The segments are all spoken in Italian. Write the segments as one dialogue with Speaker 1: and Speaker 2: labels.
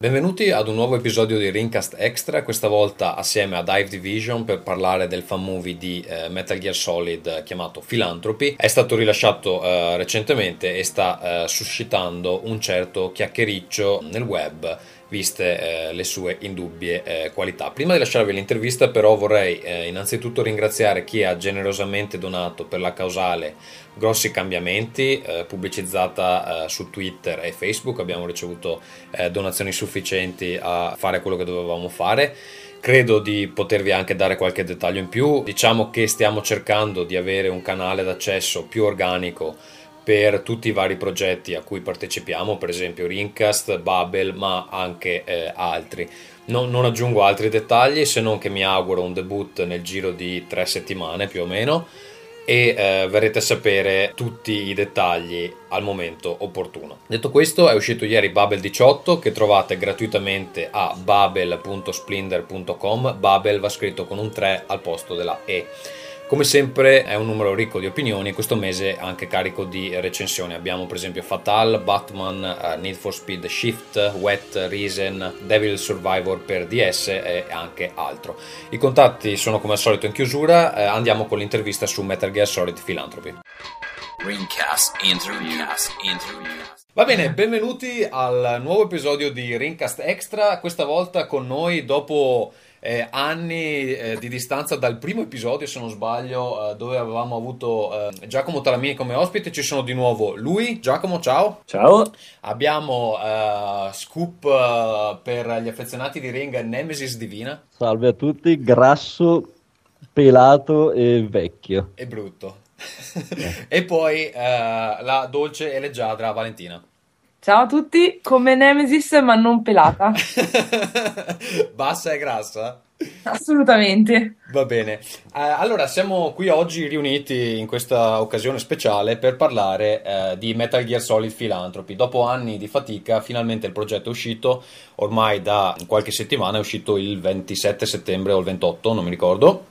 Speaker 1: Benvenuti ad un nuovo episodio di Rincast Extra, questa volta assieme a Dive Division per parlare del fan movie di Metal Gear Solid chiamato Philanthropy. È stato rilasciato recentemente e sta suscitando un certo chiacchiericcio nel web, viste le sue indubbie qualità. Prima di lasciarvi l'intervista però vorrei innanzitutto ringraziare chi ha generosamente donato per la causale grossi cambiamenti, pubblicizzata su Twitter e Facebook. Abbiamo ricevuto donazioni sufficienti a fare quello che dovevamo fare. Credo di potervi anche dare qualche dettaglio in più. Diciamo che stiamo cercando di avere un canale d'accesso più organico per tutti i vari progetti a cui partecipiamo, per esempio Rincast, Babel, ma anche altri. Non aggiungo altri dettagli, se non che mi auguro un debut nel giro di 3 settimane più o meno, e verrete a sapere tutti i dettagli al momento opportuno. Detto questo, è uscito ieri Babel 18, che trovate gratuitamente a babel.splinder.com. Babel va scritto con un 3 al posto della E. Come sempre è un numero ricco di opinioni e questo mese anche carico di recensioni. Abbiamo per esempio Fatal, Batman, Need for Speed Shift, Wet, Risen, Devil Survivor per DS e anche altro. I contatti sono come al solito in chiusura, andiamo con l'intervista su Metal Gear Solid Philanthropy. Rincast Interview. Va bene, benvenuti al nuovo episodio di Rincast Extra, questa volta con noi dopo anni di distanza dal primo episodio, se non sbaglio, dove avevamo avuto Giacomo Talamini come ospite. Ci sono di nuovo lui. Giacomo, ciao.
Speaker 2: Ciao.
Speaker 1: Abbiamo scoop per gli affezionati di Ring, Nemesis Divina.
Speaker 2: Salve a tutti, grasso, pelato e vecchio.
Speaker 1: E brutto. E poi la dolce e leggiadra Valentina.
Speaker 3: Ciao a tutti, come Nemesis ma non pelata.
Speaker 1: Bassa e grassa?
Speaker 3: Assolutamente.
Speaker 1: Va bene. Allora siamo qui oggi riuniti in questa occasione speciale per parlare di Metal Gear Solid Philanthropy. Dopo anni di fatica finalmente il progetto è uscito, ormai da qualche settimana, è uscito il 27 settembre o il 28, non mi ricordo.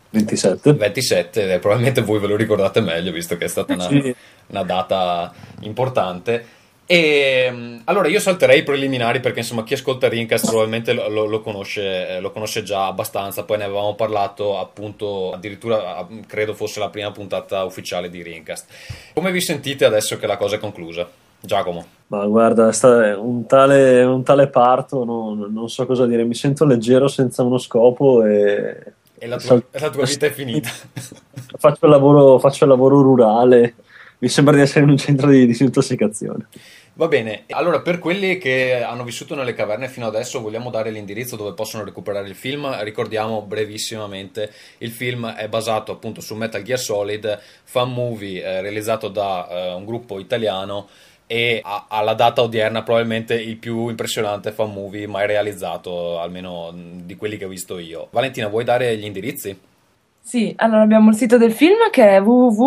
Speaker 1: 27, probabilmente voi ve lo ricordate meglio visto che è stata una data importante. E allora io salterei i preliminari perché insomma chi ascolta Rincast probabilmente lo conosce già abbastanza. Poi ne avevamo parlato appunto addirittura credo fosse la prima puntata ufficiale di Rincast. Come vi sentite adesso che la cosa è conclusa? Giacomo?
Speaker 2: Ma guarda, è un tale parto, non so cosa dire, mi sento leggero senza uno scopo e
Speaker 1: la tua vita è finita.
Speaker 2: Faccio il lavoro rurale, mi sembra di essere in un centro di disintossicazione.
Speaker 1: Va bene, allora per quelli che hanno vissuto nelle caverne fino adesso vogliamo dare l'indirizzo dove possono recuperare il film. Ricordiamo brevissimamente, il film è basato appunto su Metal Gear Solid, fan movie realizzato da un gruppo italiano e alla data odierna probabilmente il più impressionante fan movie mai realizzato, almeno di quelli che ho visto io. Valentina, vuoi dare gli indirizzi?
Speaker 3: Sì, allora abbiamo il sito del film che è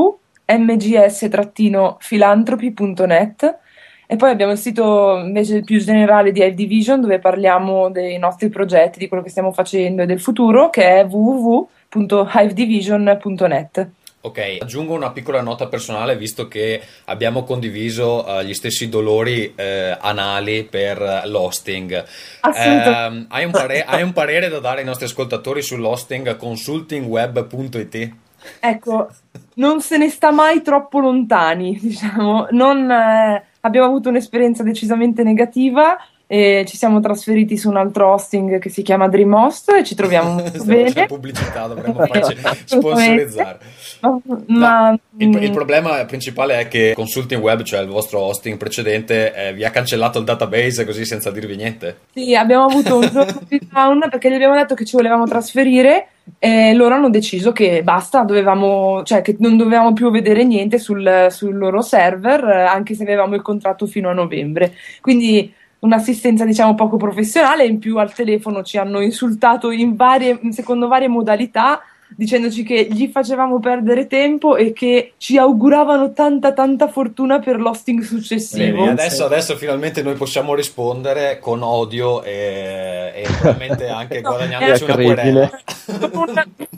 Speaker 3: www.mgs-philanthropy.net e poi abbiamo il sito invece più generale di Dive Division dove parliamo dei nostri progetti, di quello che stiamo facendo e del futuro, che è www.hivedivision.net.
Speaker 1: Ok, aggiungo una piccola nota personale visto che abbiamo condiviso gli stessi dolori anali per l'hosting.
Speaker 3: Assolutamente.
Speaker 1: Hai un parere da dare ai nostri ascoltatori sull'hosting consultingweb.it?
Speaker 3: Ecco, non se ne sta mai troppo lontani, diciamo. Abbiamo avuto un'esperienza decisamente negativa e ci siamo trasferiti su un altro hosting che si chiama DreamHost e ci troviamo molto bene.
Speaker 1: C'è pubblicità, dovremmo farci sponsorizzare.
Speaker 3: Ma
Speaker 1: il problema principale è che Consulting Web, cioè il vostro hosting precedente, vi ha cancellato il database così senza dirvi niente.
Speaker 3: Sì, abbiamo avuto un giorno di down perché gli abbiamo detto che ci volevamo trasferire e loro hanno deciso che basta, cioè che non dovevamo più vedere niente sul loro server, anche se avevamo il contratto fino a novembre. Quindi un'assistenza diciamo poco professionale, in più al telefono ci hanno insultato secondo varie modalità, dicendoci che gli facevamo perdere tempo e che ci auguravano tanta fortuna per l'hosting successivo.
Speaker 1: Bene, adesso finalmente noi possiamo rispondere con odio e probabilmente anche guadagnarci una querela.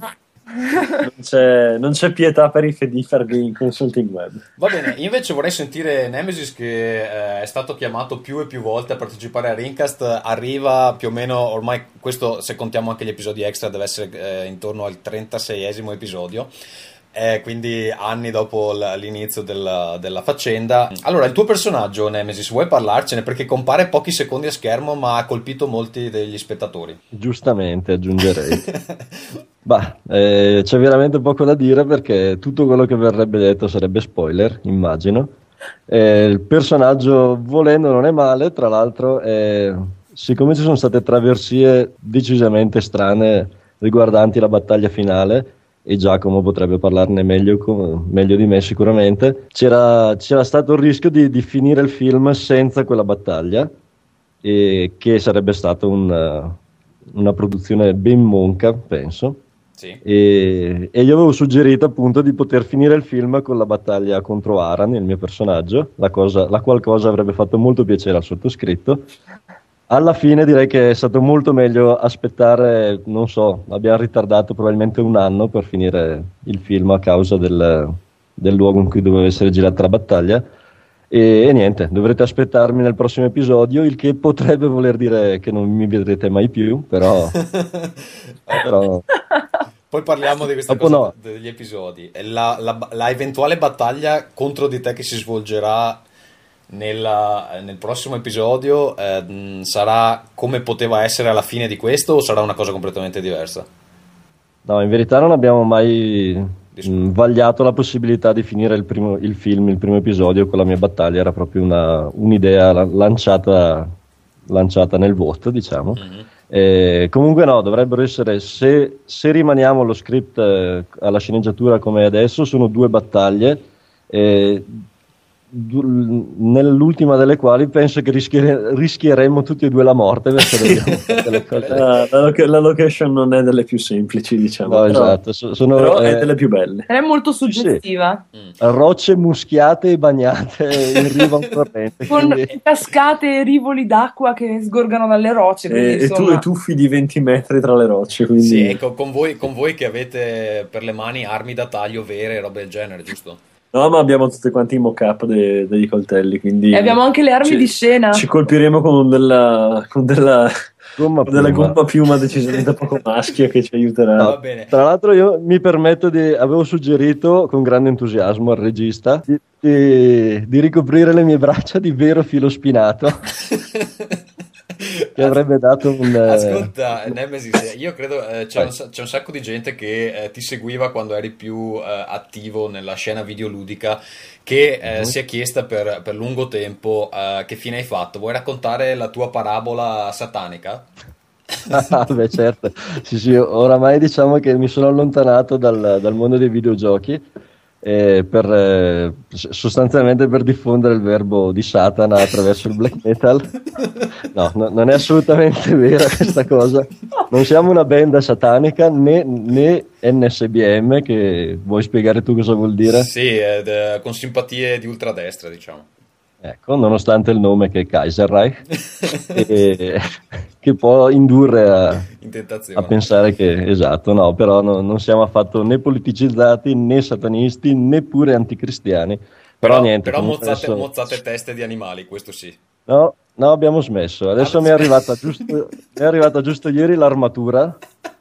Speaker 2: Non c'è pietà per i fedifer di Consulting Web.
Speaker 1: Va bene, io invece vorrei sentire Nemesis, che è stato chiamato più e più volte a partecipare a Rincast. Arriva più o meno, ormai questo, se contiamo anche gli episodi extra, deve essere intorno al 36esimo episodio, quindi anni dopo l'inizio della faccenda. Allora, il tuo personaggio, Nemesis, vuoi parlarcene? Perché compare pochi secondi a schermo, ma ha colpito molti degli spettatori.
Speaker 4: Giustamente, aggiungerei. Bah, c'è veramente poco da dire perché tutto quello che verrebbe detto sarebbe spoiler, immagino. Il personaggio, volendo, non è male, tra l'altro, siccome ci sono state traversie decisamente strane riguardanti la battaglia finale, e Giacomo potrebbe parlarne meglio di me sicuramente, c'era stato il rischio di finire il film senza quella battaglia, e che sarebbe stata una produzione ben monca, penso.
Speaker 1: Sì.
Speaker 4: E io avevo suggerito appunto di poter finire il film con la battaglia contro Aran, il mio personaggio, la qual cosa avrebbe fatto molto piacere al sottoscritto. Alla fine direi che è stato molto meglio aspettare, non so, abbiamo ritardato probabilmente un anno per finire il film a causa del luogo in cui doveva essere girata la battaglia. E niente, dovrete aspettarmi nel prossimo episodio, il che potrebbe voler dire che non mi vedrete mai più, però...
Speaker 1: Poi parliamo di queste
Speaker 4: Dopo
Speaker 1: cose,
Speaker 4: no.
Speaker 1: degli episodi. La eventuale battaglia contro di te che si svolgerà nel prossimo episodio sarà come poteva essere alla fine di questo, o sarà una cosa completamente diversa?
Speaker 4: No, in verità non abbiamo mai vagliato la possibilità di finire il primo episodio con la mia battaglia. Era proprio un'idea lanciata nel vuoto, diciamo. Comunque no, dovrebbero essere, se rimaniamo allo script, alla sceneggiatura come è adesso, sono 2 battaglie, nell'ultima delle quali penso che rischieremmo tutti e 2 la morte, perché dobbiamo fare delle cose.
Speaker 2: La location non è delle più semplici, diciamo.
Speaker 4: No,
Speaker 2: però,
Speaker 4: esatto, sono
Speaker 2: però è delle più belle.
Speaker 3: È molto suggestiva.
Speaker 4: Sì. Rocce muschiate e bagnate in riva a un torrente.
Speaker 3: Con
Speaker 4: Quindi...
Speaker 3: cascate e rivoli d'acqua che sgorgano dalle rocce. Quindi,
Speaker 2: E tuffi di 20 metri tra le rocce. Quindi...
Speaker 1: Sì, ecco, con voi che avete per le mani armi da taglio vere e robe del genere, giusto?
Speaker 2: No, ma abbiamo tutti quanti i mock-up degli coltelli, quindi...
Speaker 3: E abbiamo anche le armi di scena.
Speaker 2: Ci colpiremo con della gomma piuma decisamente poco maschia che ci aiuterà.
Speaker 4: No,
Speaker 1: va bene.
Speaker 4: Tra l'altro io mi permetto avevo suggerito con grande entusiasmo al regista di ricoprire le mie braccia di vero filo spinato. Che avrebbe dato
Speaker 1: Ascolta, Nemesis, io credo c'è un sacco di gente che ti seguiva quando eri più attivo nella scena videoludica, che si è chiesta per lungo tempo che fine hai fatto. Vuoi raccontare la tua parabola satanica?
Speaker 4: Beh, certo. Sì, oramai diciamo che mi sono allontanato dal mondo dei videogiochi, sostanzialmente per diffondere il verbo di Satana attraverso il black metal. No, non è assolutamente vera questa cosa. Non siamo una band satanica né NSBM, che vuoi spiegare tu cosa vuol dire?
Speaker 1: Sì, con simpatie di ultradestra, diciamo.
Speaker 4: Ecco, nonostante il nome che è Kaiserreich, che può indurre a pensare che, esatto, no, però non siamo affatto né politicizzati, né satanisti, neppure anticristiani. Però niente.
Speaker 1: Però mozzate teste di animali, questo sì.
Speaker 4: No, abbiamo smesso. Adesso mi è arrivata giusto ieri l'armatura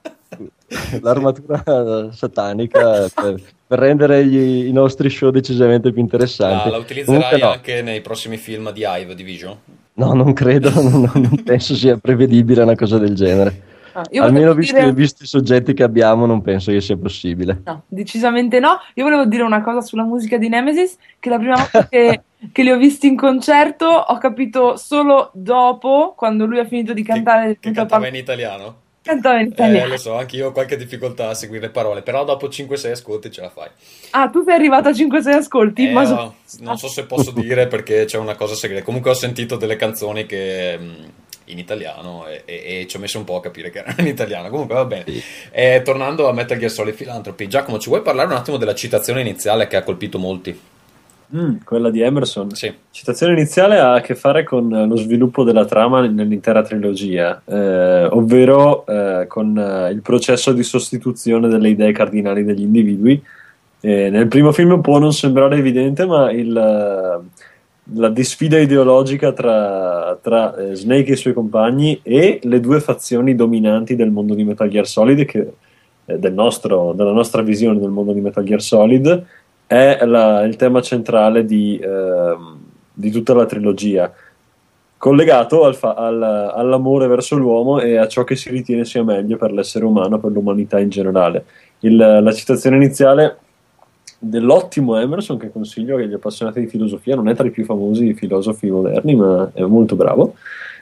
Speaker 4: satanica per rendere i nostri show decisamente più interessanti.
Speaker 1: La utilizzerai anche nei prossimi film di Hive Division?
Speaker 4: No, non credo, non penso sia prevedibile una cosa del genere. Almeno visto i soggetti che abbiamo, non penso che sia possibile.
Speaker 3: No, decisamente no. Io volevo dire una cosa sulla musica di Nemesis, che la prima volta che li ho visti in concerto ho capito solo dopo, quando lui ha finito di cantare.
Speaker 1: Che cantava in italiano?
Speaker 3: Cantava in italiano.
Speaker 1: Lo so, anche io ho qualche difficoltà a seguire le parole, però dopo 5-6 ascolti ce la fai.
Speaker 3: Ah, tu sei arrivato a 5-6 ascolti?
Speaker 1: No, non so se posso dire perché c'è una cosa segreta. Comunque ho sentito delle canzoni che in italiano e ci ho messo un po' a capire che erano in italiano. Comunque va bene.
Speaker 4: Sì.
Speaker 1: Tornando a Metal Gear Solid Philanthropy, Giacomo, ci vuoi parlare un attimo della citazione iniziale che ha colpito molti?
Speaker 2: Quella di Emerson.
Speaker 1: Sì.
Speaker 2: Citazione iniziale ha a che fare con lo sviluppo della trama nell'intera trilogia, ovvero con il processo di sostituzione delle idee cardinali degli individui. Nel primo film può non sembrare evidente, ma la disfida ideologica tra Snake e i suoi compagni e le due fazioni dominanti del mondo di Metal Gear Solid, della nostra visione del mondo di Metal Gear Solid, è il tema centrale di tutta la trilogia, collegato all'amore verso l'uomo e a ciò che si ritiene sia meglio per l'essere umano, per l'umanità in generale. La citazione iniziale dell'ottimo Emerson, che consiglio agli appassionati di filosofia, non è tra i più famosi filosofi moderni, ma è molto bravo.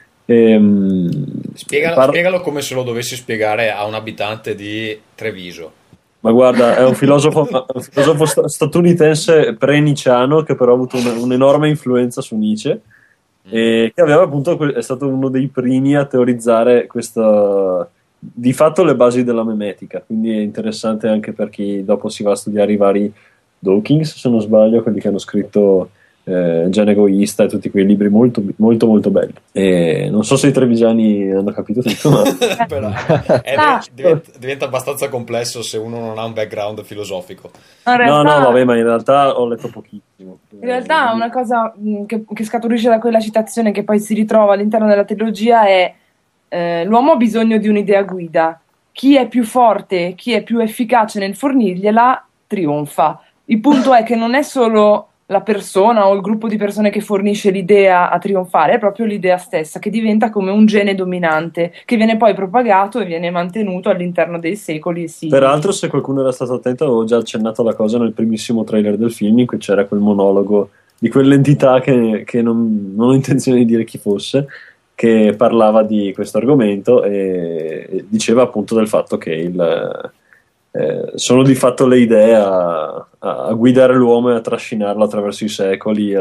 Speaker 1: Spiegalo come se lo dovessi spiegare a un abitante di Treviso.
Speaker 2: Ma guarda, è un filosofo statunitense pre-nicciano che però ha avuto un'enorme influenza su Nietzsche e che aveva appunto, è stato uno dei primi a teorizzare di fatto le basi della memetica, quindi è interessante anche per chi dopo si va a studiare i vari Dawkins, se non sbaglio, quelli che hanno scritto Gen Egoista e tutti quei libri molto molto molto belli. E non so se i trevigiani hanno capito tutto, ma
Speaker 1: però diventa abbastanza complesso se uno non ha un background filosofico.
Speaker 2: No, vabbè, ma in realtà ho letto pochissimo.
Speaker 3: In realtà una cosa che scaturisce da quella citazione, che poi si ritrova all'interno della trilogia, è l'uomo ha bisogno di un'idea guida. Chi è più forte, chi è più efficace nel fornirgliela, trionfa. Il punto è che non è solo la persona o il gruppo di persone che fornisce l'idea a trionfare, è proprio l'idea stessa che diventa come un gene dominante che viene poi propagato e viene mantenuto all'interno dei secoli.
Speaker 2: Peraltro, se qualcuno era stato attento, avevo già accennato alla cosa nel primissimo trailer del film, in cui c'era quel monologo di quell'entità che non ho intenzione di dire chi fosse, che parlava di questo argomento e diceva appunto del fatto che sono di fatto le idee a guidare l'uomo e a trascinarlo attraverso i secoli,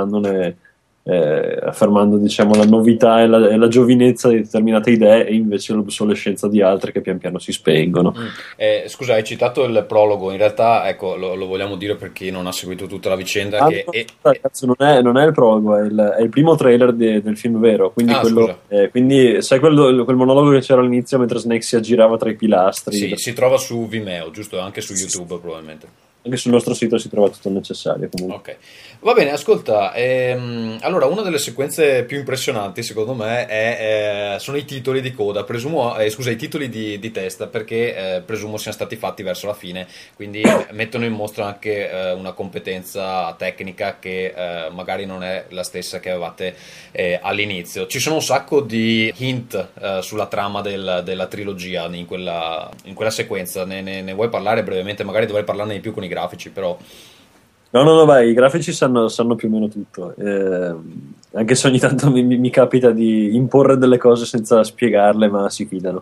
Speaker 2: affermando diciamo la novità e la giovinezza di determinate idee e invece l'obsolescenza di altre che pian piano si spengono.
Speaker 1: Scusa, hai citato il prologo, in realtà ecco, lo vogliamo dire per chi non ha seguito tutta la vicenda.
Speaker 2: Ragazzi, non è il prologo, è il primo trailer del film vero, quindi quindi sai quel monologo che c'era all'inizio mentre Snake si aggirava tra i pilastri?
Speaker 1: Sì, si trova su Vimeo, giusto? Anche su YouTube probabilmente.
Speaker 2: Anche sul nostro sito si trova tutto il necessario comunque.
Speaker 1: Ok, va bene, ascolta, allora una delle sequenze più impressionanti secondo me sono i titoli di coda, i titoli di testa, perché presumo siano stati fatti verso la fine, quindi mettono in mostra anche una competenza tecnica che magari non è la stessa che avevate all'inizio. Ci sono un sacco di hint sulla trama della trilogia in quella sequenza, ne vuoi parlare brevemente? Magari dovrei parlarne di più con i grafici, però
Speaker 2: no, vai, i grafici sanno più o meno tutto, anche se ogni tanto mi capita di imporre delle cose senza spiegarle, ma si fidano.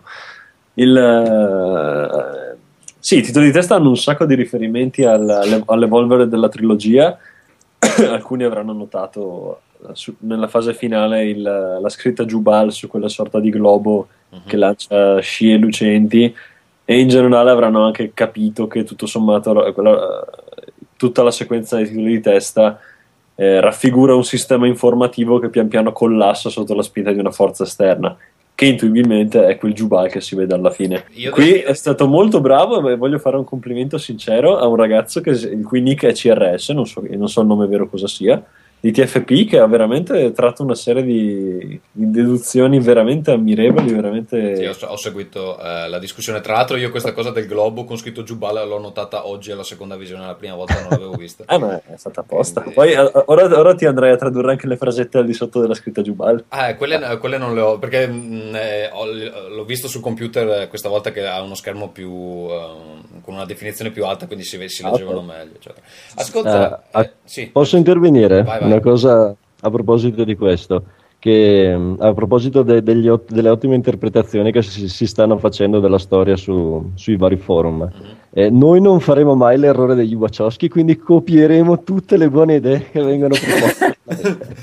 Speaker 2: Sì, i titoli di testa hanno un sacco di riferimenti all'evolvere della trilogia. Alcuni avranno notato nella fase finale la scritta Jubal su quella sorta di globo che lancia scie lucenti, e in generale avranno anche capito che tutto sommato tutta la sequenza dei titoli di testa raffigura un sistema informativo che pian piano collassa sotto la spinta di una forza esterna, che intuibilmente è quel Jubal che si vede alla fine. Qui è stato molto bravo e voglio fare un complimento sincero a un ragazzo il cui nick è CRS, non so il nome vero cosa sia, di TFP, che ha veramente tratto una serie di deduzioni veramente ammirevoli, veramente...
Speaker 1: Sì, ho seguito la discussione. Tra l'altro io questa cosa del globo con scritto Jubal l'ho notata oggi alla seconda visione, la prima volta non l'avevo vista.
Speaker 2: Ma è stata apposta. Poi ora ti andrei a tradurre anche le frasette al di sotto della scritta Jubal.
Speaker 1: Quelle non le ho, perché l'ho visto sul computer questa volta che ha uno schermo più con una definizione più alta, quindi si leggevano meglio, eccetera. Ascolta, sì.
Speaker 4: Posso intervenire?
Speaker 1: Vai.
Speaker 4: Una cosa a proposito di questo, che a proposito delle ottime interpretazioni che si stanno facendo della storia sui vari forum. Noi non faremo mai l'errore degli Wachowski, quindi copieremo tutte le buone idee che vengono proposte.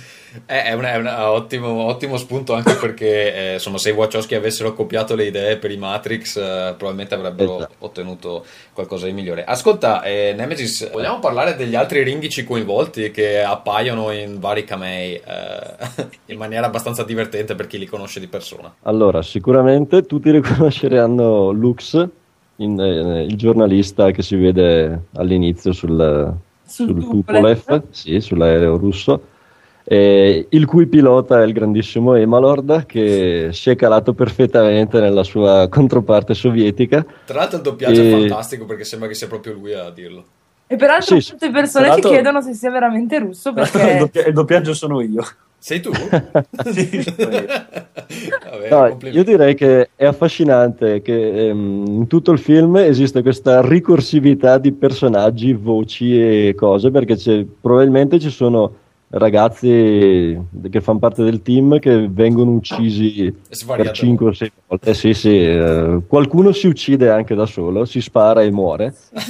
Speaker 1: È un ottimo spunto, anche perché insomma, se i Wachowski avessero copiato le idee per i Matrix, probabilmente avrebbero ottenuto qualcosa di migliore. Ascolta, Nemesis, vogliamo parlare degli altri ringhici coinvolti che appaiono in vari camei in maniera abbastanza divertente per chi li conosce di persona?
Speaker 4: Allora, sicuramente tutti riconosceranno Lux, il giornalista che si vede all'inizio sul Tupolev, sì, sull'aereo russo, il cui pilota è il grandissimo Emalord, che si è calato perfettamente nella sua controparte sovietica.
Speaker 1: Tra l'altro il doppiaggio è fantastico, perché sembra che sia proprio lui a dirlo.
Speaker 3: E peraltro
Speaker 4: Sì,
Speaker 3: molte persone si chiedono se sia veramente russo, perché
Speaker 2: il doppiaggio sono io.
Speaker 1: Sei tu?
Speaker 2: Sì, sono io.
Speaker 1: Vabbè,
Speaker 4: No, io direi che è affascinante che in tutto il film esiste questa ricorsività di personaggi, voci e cose, perché probabilmente ci sono ragazzi che fanno parte del team che vengono uccisi per 5 o 6 volte. Sì. Qualcuno si uccide anche da solo, si spara e muore.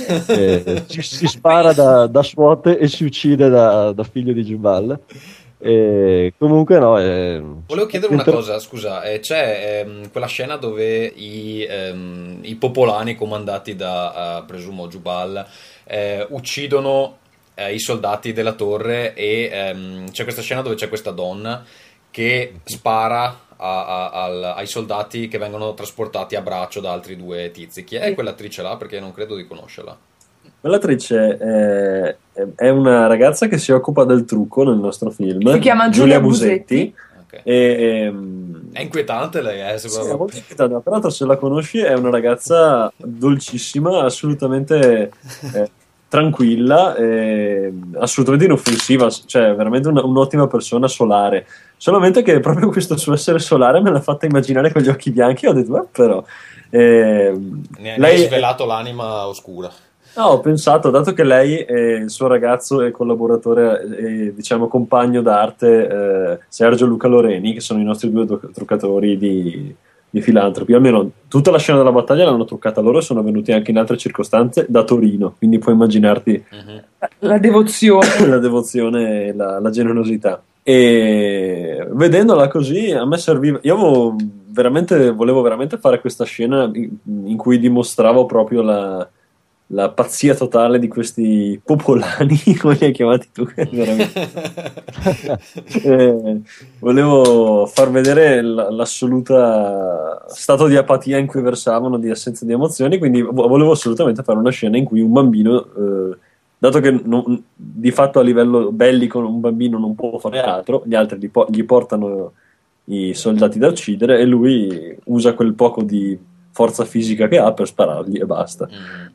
Speaker 4: Si spara da SWAT e si uccide da figlio di Jubal. Comunque no.
Speaker 1: Volevo chiedere una cosa, scusa, c'è quella scena dove i popolani comandati da presumo Jubal uccidono i soldati della torre, e c'è questa scena dove c'è questa donna che spara ai soldati che vengono trasportati a braccio da altri due tizi. Chi è quell'attrice là? Perché non credo di conoscerla.
Speaker 2: Quell'attrice è una ragazza che si occupa del trucco nel nostro film.
Speaker 3: Si chiama Giulia Busetti.
Speaker 1: Okay. È inquietante lei,
Speaker 2: sì, è molto inquietante. Tra l'altro, se la conosci, è una ragazza dolcissima, assolutamente tranquilla, assolutamente inoffensiva, cioè veramente un'ottima persona, solare. Solamente che proprio questo suo essere solare me l'ha fatta immaginare con gli occhi bianchi, e ho detto, però
Speaker 1: ne hai svelato l'anima oscura.
Speaker 2: No, ho pensato, dato che lei è il suo ragazzo e collaboratore e diciamo compagno d'arte, Sergio Luca Loreni, che sono i nostri due truccatori di Filantropi, almeno tutta la scena della battaglia l'hanno truccata loro e sono venuti anche in altre circostanze da Torino, quindi puoi immaginarti
Speaker 3: la devozione
Speaker 2: la devozione e la generosità. E vedendola così a me serviva, io volevo veramente fare questa scena in cui dimostravo proprio la pazzia totale di questi popolani, come li hai chiamati tu, volevo far vedere l'assoluta stato di apatia in cui versavano, di assenza di emozioni, quindi volevo assolutamente fare una scena in cui un bambino, dato che di fatto a livello bellico un bambino non può fare altro, gli altri gli portano i soldati da uccidere e lui usa quel poco di forza fisica che ha per sparargli e basta.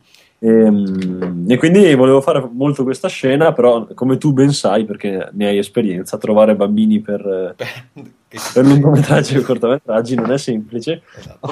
Speaker 2: E quindi volevo fare molto questa scena, però come tu ben sai, perché ne hai esperienza, trovare bambini per lungometraggi o cortometraggi non è semplice.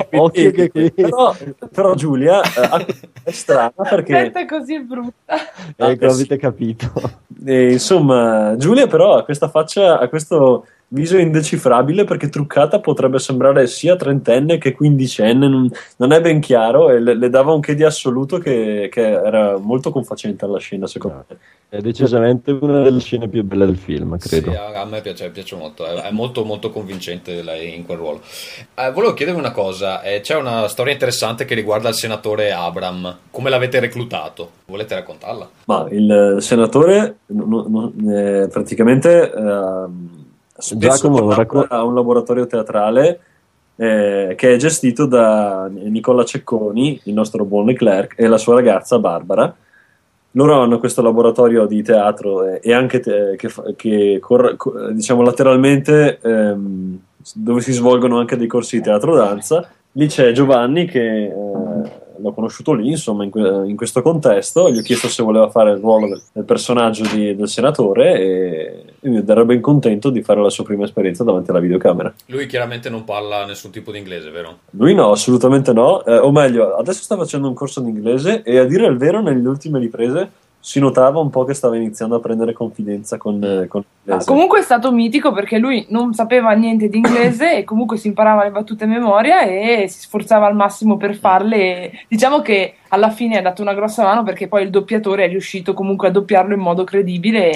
Speaker 2: Però Giulia è strana perché
Speaker 3: è così brutta.
Speaker 4: Avete capito.
Speaker 2: Insomma, Giulia però ha questa faccia, ha questo viso indecifrabile, perché truccata potrebbe sembrare sia trentenne che quindicenne, non è ben chiaro, e le dava un che di assoluto che era molto confacente alla scena, secondo me.
Speaker 4: È decisamente una delle scene più belle del film, credo.
Speaker 1: Sì, a me piace molto, è molto molto convincente lei in quel ruolo. Volevo chiedervi una cosa, c'è una storia interessante che riguarda il senatore Abram, come l'avete reclutato? Volete raccontarla?
Speaker 2: Ma il senatore praticamente spesso ha un laboratorio teatrale che è gestito da Nicola Cecconi, il nostro buon Leclerc, e la sua ragazza Barbara. Loro hanno questo laboratorio di teatro e anche che diciamo lateralmente, dove si svolgono anche dei corsi di teatro danza. Lì c'è Giovanni che l'ho conosciuto lì, insomma, in questo contesto. Gli ho chiesto se voleva fare il ruolo del personaggio del senatore, e mi era ben contento di fare la sua prima esperienza davanti alla videocamera.
Speaker 1: Lui chiaramente non parla nessun tipo di inglese, vero?
Speaker 2: Lui no, assolutamente no, o meglio, adesso sta facendo un corso di inglese, e a dire il vero nelle ultime riprese si notava un po' che stava iniziando a prendere confidenza con l'inglese.
Speaker 3: Comunque è stato mitico perché lui non sapeva niente di inglese e comunque si imparava le battute a memoria e si sforzava al massimo per farle. Diciamo che alla fine ha dato una grossa mano perché poi il doppiatore è riuscito comunque a doppiarlo in modo credibile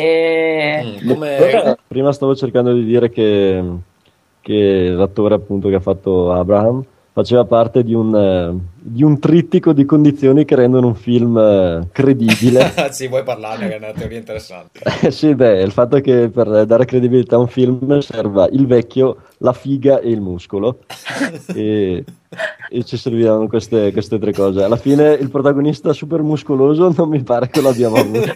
Speaker 4: Prima stavo cercando di dire che l'attore appunto che ha fatto Abraham faceva parte di un trittico di condizioni che rendono un film credibile.
Speaker 1: Sì, vuoi parlarne, che è una teoria interessante.
Speaker 4: Sì, beh, il fatto è che per dare credibilità a un film serva il vecchio, la figa e il muscolo. E ci servivano queste tre cose. Alla fine il protagonista super muscoloso non mi pare che l'abbiamo avuto.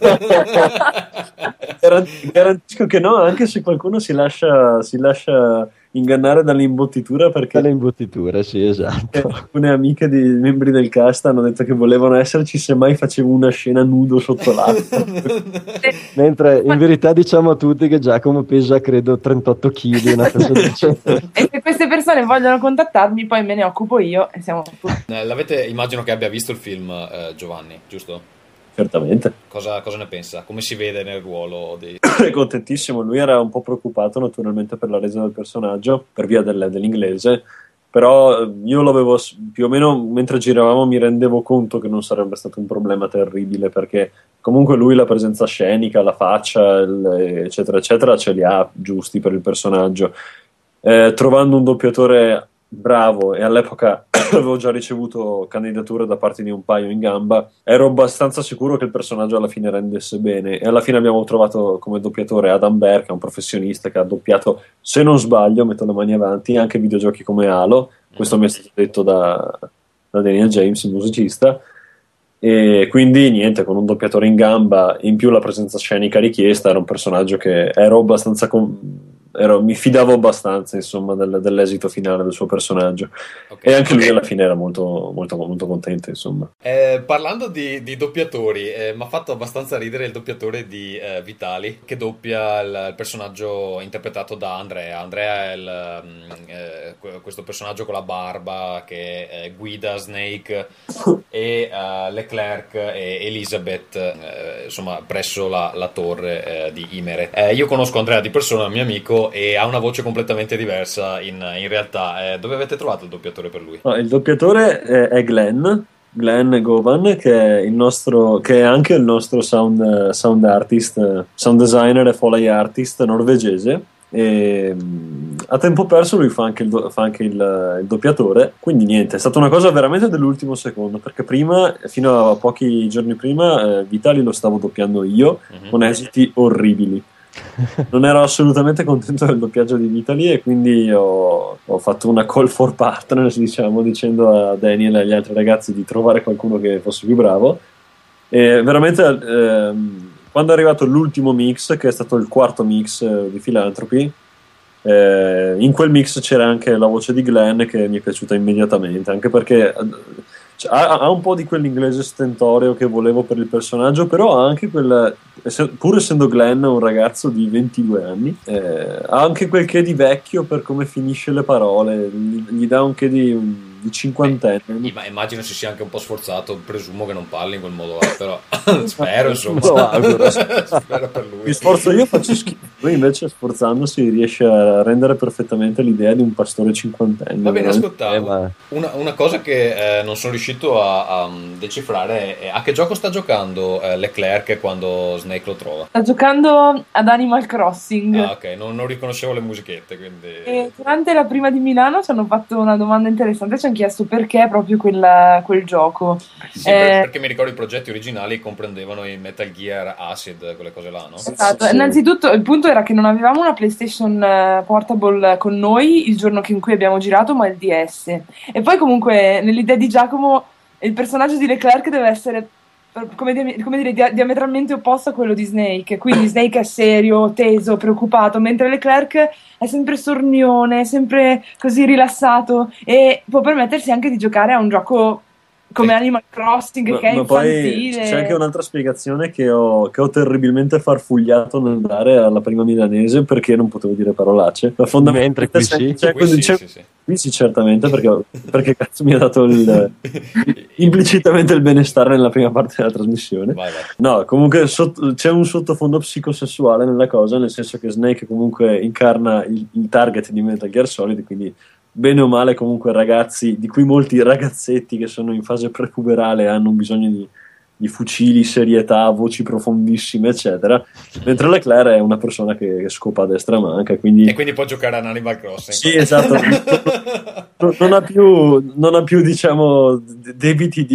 Speaker 2: Garantisco che no, anche se qualcuno si lascia ingannare dall'imbottitura, perché
Speaker 4: Le imbottiture, sì, esatto.
Speaker 2: alcune amiche di membri del cast hanno detto che volevano esserci se mai facevo una scena nudo sotto l'acqua.
Speaker 4: Mentre in verità diciamo a tutti che Giacomo pesa credo 38 kg, una cosa del genere.
Speaker 3: e se queste persone vogliono contattarmi poi me ne occupo io e siamo
Speaker 1: Immagino che abbia visto il film, Giovanni, giusto?
Speaker 2: Certamente.
Speaker 1: Cosa ne pensa? Come si vede nel ruolo di...
Speaker 2: È contentissimo. Lui era un po' preoccupato naturalmente per la resa del personaggio per via dell'inglese, però io l'avevo più o meno, mentre giravamo mi rendevo conto che non sarebbe stato un problema terribile, perché comunque lui la presenza scenica, la faccia, eccetera eccetera ce li ha giusti per il personaggio. Trovando un doppiatore bravo, e all'epoca avevo già ricevuto candidature da parte di un paio in gamba, ero abbastanza sicuro che il personaggio alla fine rendesse bene, e alla fine abbiamo trovato come doppiatore Adam Bear, che è un professionista che ha doppiato, se non sbaglio, metto le mani avanti, anche videogiochi come Halo. Questo mi è stato detto da Daniel James, il musicista, e quindi niente, con un doppiatore in gamba, in più la presenza scenica richiesta, era un personaggio che ero abbastanza mi fidavo abbastanza, insomma, dell'esito finale del suo personaggio.
Speaker 1: Okay.
Speaker 2: E anche lui alla fine era molto, molto, molto contento, insomma.
Speaker 1: Parlando di doppiatori, mi ha fatto abbastanza ridere il doppiatore di Vitali, che doppia il personaggio interpretato da Andrea. Andrea è questo personaggio con la barba che guida Snake e Leclerc e Elizabeth, insomma, presso la torre di Imere. Io conosco Andrea di persona, mio amico, e ha una voce completamente diversa in realtà. Dove avete trovato il doppiatore per lui?
Speaker 2: No, il doppiatore è Glenn Govan, che è anche il nostro sound artist, sound designer e foley artist norvegese. E a tempo perso lui fa anche il doppiatore, quindi niente, è stata una cosa veramente dell'ultimo secondo, perché prima, fino a pochi giorni prima, Vitali lo stavo doppiando io, con esiti orribili. Non ero assolutamente contento del doppiaggio di Vitali, e quindi ho fatto una call for partners, diciamo, dicendo a Daniel e agli altri ragazzi di trovare qualcuno che fosse più bravo. E veramente quando è arrivato l'ultimo mix, che è stato il quarto mix di Philanthropy, in quel mix c'era anche la voce di Glenn, che mi è piaciuta immediatamente, anche perché ha un po' di quell'inglese stentoreo che volevo per il personaggio, però ha anche pur essendo Glenn un ragazzo di 22 anni, ha anche quel che di vecchio per come finisce le parole, gli dà un che di cinquantenne.
Speaker 1: Ma immagino si sia anche un po' sforzato, presumo che non parli in quel modo là, però spero, insomma. Spero per lui.
Speaker 2: Mi sforzo io, faccio schifo. Lui invece, sforzandosi, riesce a rendere perfettamente l'idea di un pastore cinquantenne.
Speaker 1: Va bene, ascoltavo. Una cosa che non sono riuscito a decifrare è a che gioco sta giocando Leclerc quando Snake lo trova.
Speaker 3: Sta giocando ad Animal Crossing.
Speaker 1: Ah, ok, non riconoscevo le musichette, quindi...
Speaker 3: E durante la prima di Milano ci hanno fatto una domanda interessante, ci hanno chiesto perché proprio quel gioco.
Speaker 1: Sì, perché mi ricordo i progetti originali comprendevano i Metal Gear Acid, quelle cose là, no?
Speaker 3: Esatto. Sì. Innanzitutto il punto era che non avevamo una PlayStation Portable con noi il giorno in cui abbiamo girato, ma il DS. E poi comunque nell'idea di Giacomo il personaggio di Leclerc deve essere, come dire, diametralmente opposto a quello di Snake. Quindi Snake è serio, teso, preoccupato, mentre Leclerc è sempre sornione, sempre così rilassato, e può permettersi anche di giocare a un gioco come Animal Crossing, che è
Speaker 2: Ma poi
Speaker 3: infantile.
Speaker 2: c'è anche un'altra spiegazione che ho terribilmente farfugliato nel dare alla prima milanese, perché non potevo dire parolacce. Ma
Speaker 4: Mentre qui sì.
Speaker 2: Qui sì, certamente, perché cazzo mi ha dato implicitamente il benestare nella prima parte della trasmissione.
Speaker 1: Vai.
Speaker 2: No, comunque c'è un sottofondo psicosessuale nella cosa, nel senso che Snake comunque incarna il target di Metal Gear Solid, quindi bene o male comunque ragazzi, di cui molti ragazzetti che sono in fase prepuberale hanno bisogno di fucili, serietà, voci profondissime, eccetera, mentre Leclerc è una persona che scopa a destra e manca,
Speaker 1: E quindi può giocare a Animal Crossing.
Speaker 2: Sì, esatto. Non ha più diciamo debiti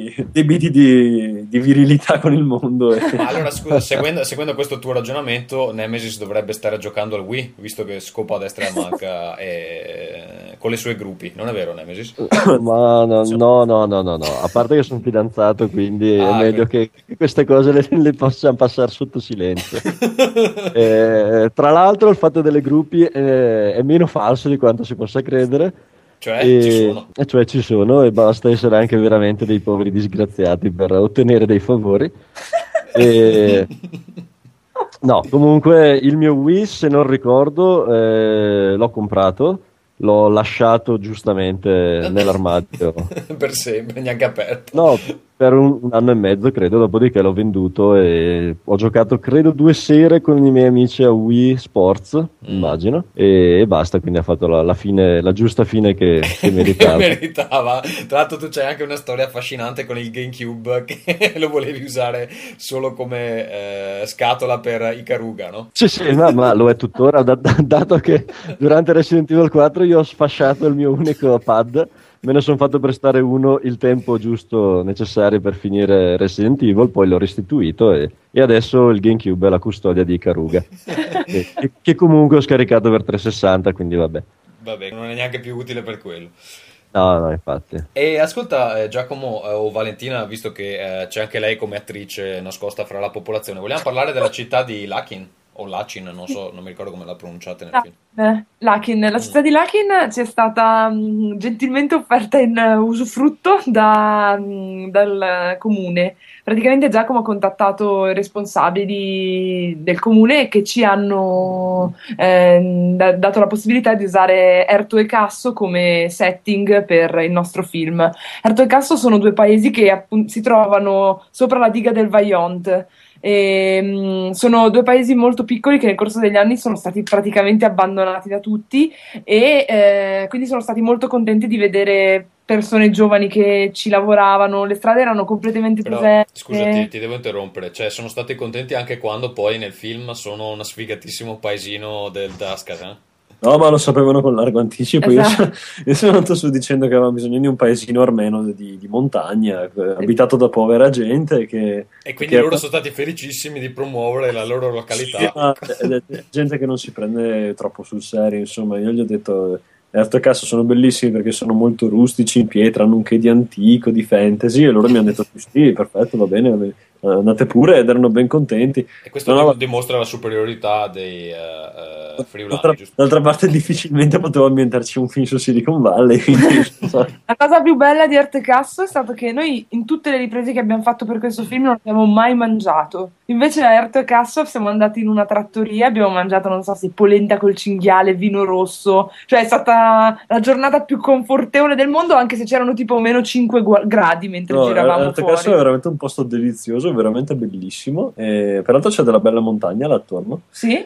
Speaker 2: di virilità con il mondo.
Speaker 1: Allora scusa, seguendo questo tuo ragionamento, Nemesis dovrebbe stare giocando al Wii, visto che scopa a destra e a manca con le sue gruppi, non è vero Nemesis?
Speaker 4: Ma no, a parte che sono fidanzato, quindi è meglio che queste cose le possiamo passare sotto silenzio. Tra l'altro il fatto delle gruppi è meno falso di quanto si possa credere.
Speaker 1: Cioè
Speaker 4: ci sono e basta essere anche veramente dei poveri disgraziati per ottenere dei favori. No, comunque il mio Wii, se non ricordo, l'ho comprato, l'ho lasciato giustamente nell'armadio
Speaker 1: per sempre, neanche aperto.
Speaker 4: No, per un anno e mezzo credo, dopodiché l'ho venduto e ho giocato credo 2 sere con i miei amici a Wii Sports, immagino, e basta, quindi ha fatto la fine, la giusta fine che meritava.
Speaker 1: Meritava. Tra l'altro tu c'hai anche una storia affascinante con il GameCube, che lo volevi usare solo come scatola per Ikaruga, no?
Speaker 4: Sì, ma lo è tuttora, dato che durante Resident Evil 4 io ho sfasciato il mio unico pad. Me ne sono fatto prestare uno il tempo giusto necessario per finire Resident Evil, poi l'ho restituito e adesso il GameCube è la custodia di Ikaruga, che comunque ho scaricato per 360, quindi vabbè,
Speaker 1: non è neanche più utile per quello.
Speaker 4: No, infatti.
Speaker 1: E ascolta Giacomo o Valentina, visto che c'è anche lei come attrice nascosta fra la popolazione, vogliamo parlare della città di Lakin? O Lachin, non so, non mi ricordo come la pronunciate nel film.
Speaker 3: Lakin, la città di Lakin ci è stata gentilmente offerta in usufrutto dal comune. Praticamente Giacomo ha contattato i responsabili del comune che ci hanno dato la possibilità di usare Erto e Casso come setting per il nostro film. Erto e Casso sono 2 paesi che si trovano sopra la diga del Vajont. Sono 2 paesi molto piccoli che nel corso degli anni sono stati praticamente abbandonati da tutti e quindi sono stati molto contenti di vedere persone giovani che ci lavoravano, le strade erano completamente deserte.
Speaker 1: Scusa, ti devo interrompere, cioè sono stati contenti anche quando poi nel film sono uno sfigatissimo paesino del Daskar, eh?
Speaker 2: No, ma lo sapevano con largo anticipo.
Speaker 3: Esatto.
Speaker 2: Io sono andato su dicendo che avevamo bisogno di un paesino armeno di montagna, abitato da povera gente.
Speaker 1: E quindi loro sono stati felicissimi di promuovere la loro località.
Speaker 2: Sì, gente che non si prende troppo sul serio, insomma. Io gli ho detto: Erto e Casso sono bellissimi perché sono molto rustici, in pietra, hanno un che di antico, di fantasy, e loro mi hanno detto sì, perfetto, va bene, andate pure, ed erano ben contenti.
Speaker 1: E questo dimostra la superiorità dei friulani, giusto?
Speaker 2: D'altra parte difficilmente potevo ambientarci un film su Silicon Valley, quindi,
Speaker 3: La cosa più bella di Erto e Casso è stato che noi in tutte le riprese che abbiamo fatto per questo film non abbiamo mai mangiato. Invece a Erto e Casso siamo andati in una trattoria, abbiamo mangiato, non so se polenta col cinghiale, vino rosso, cioè è stata la giornata più confortevole del mondo, anche se c'erano tipo meno 5 gradi mentre giravamo
Speaker 2: Erto e
Speaker 3: fuori.
Speaker 2: Casso è veramente un posto delizioso, veramente bellissimo, e peraltro c'è della bella montagna là attorno.
Speaker 3: Sì?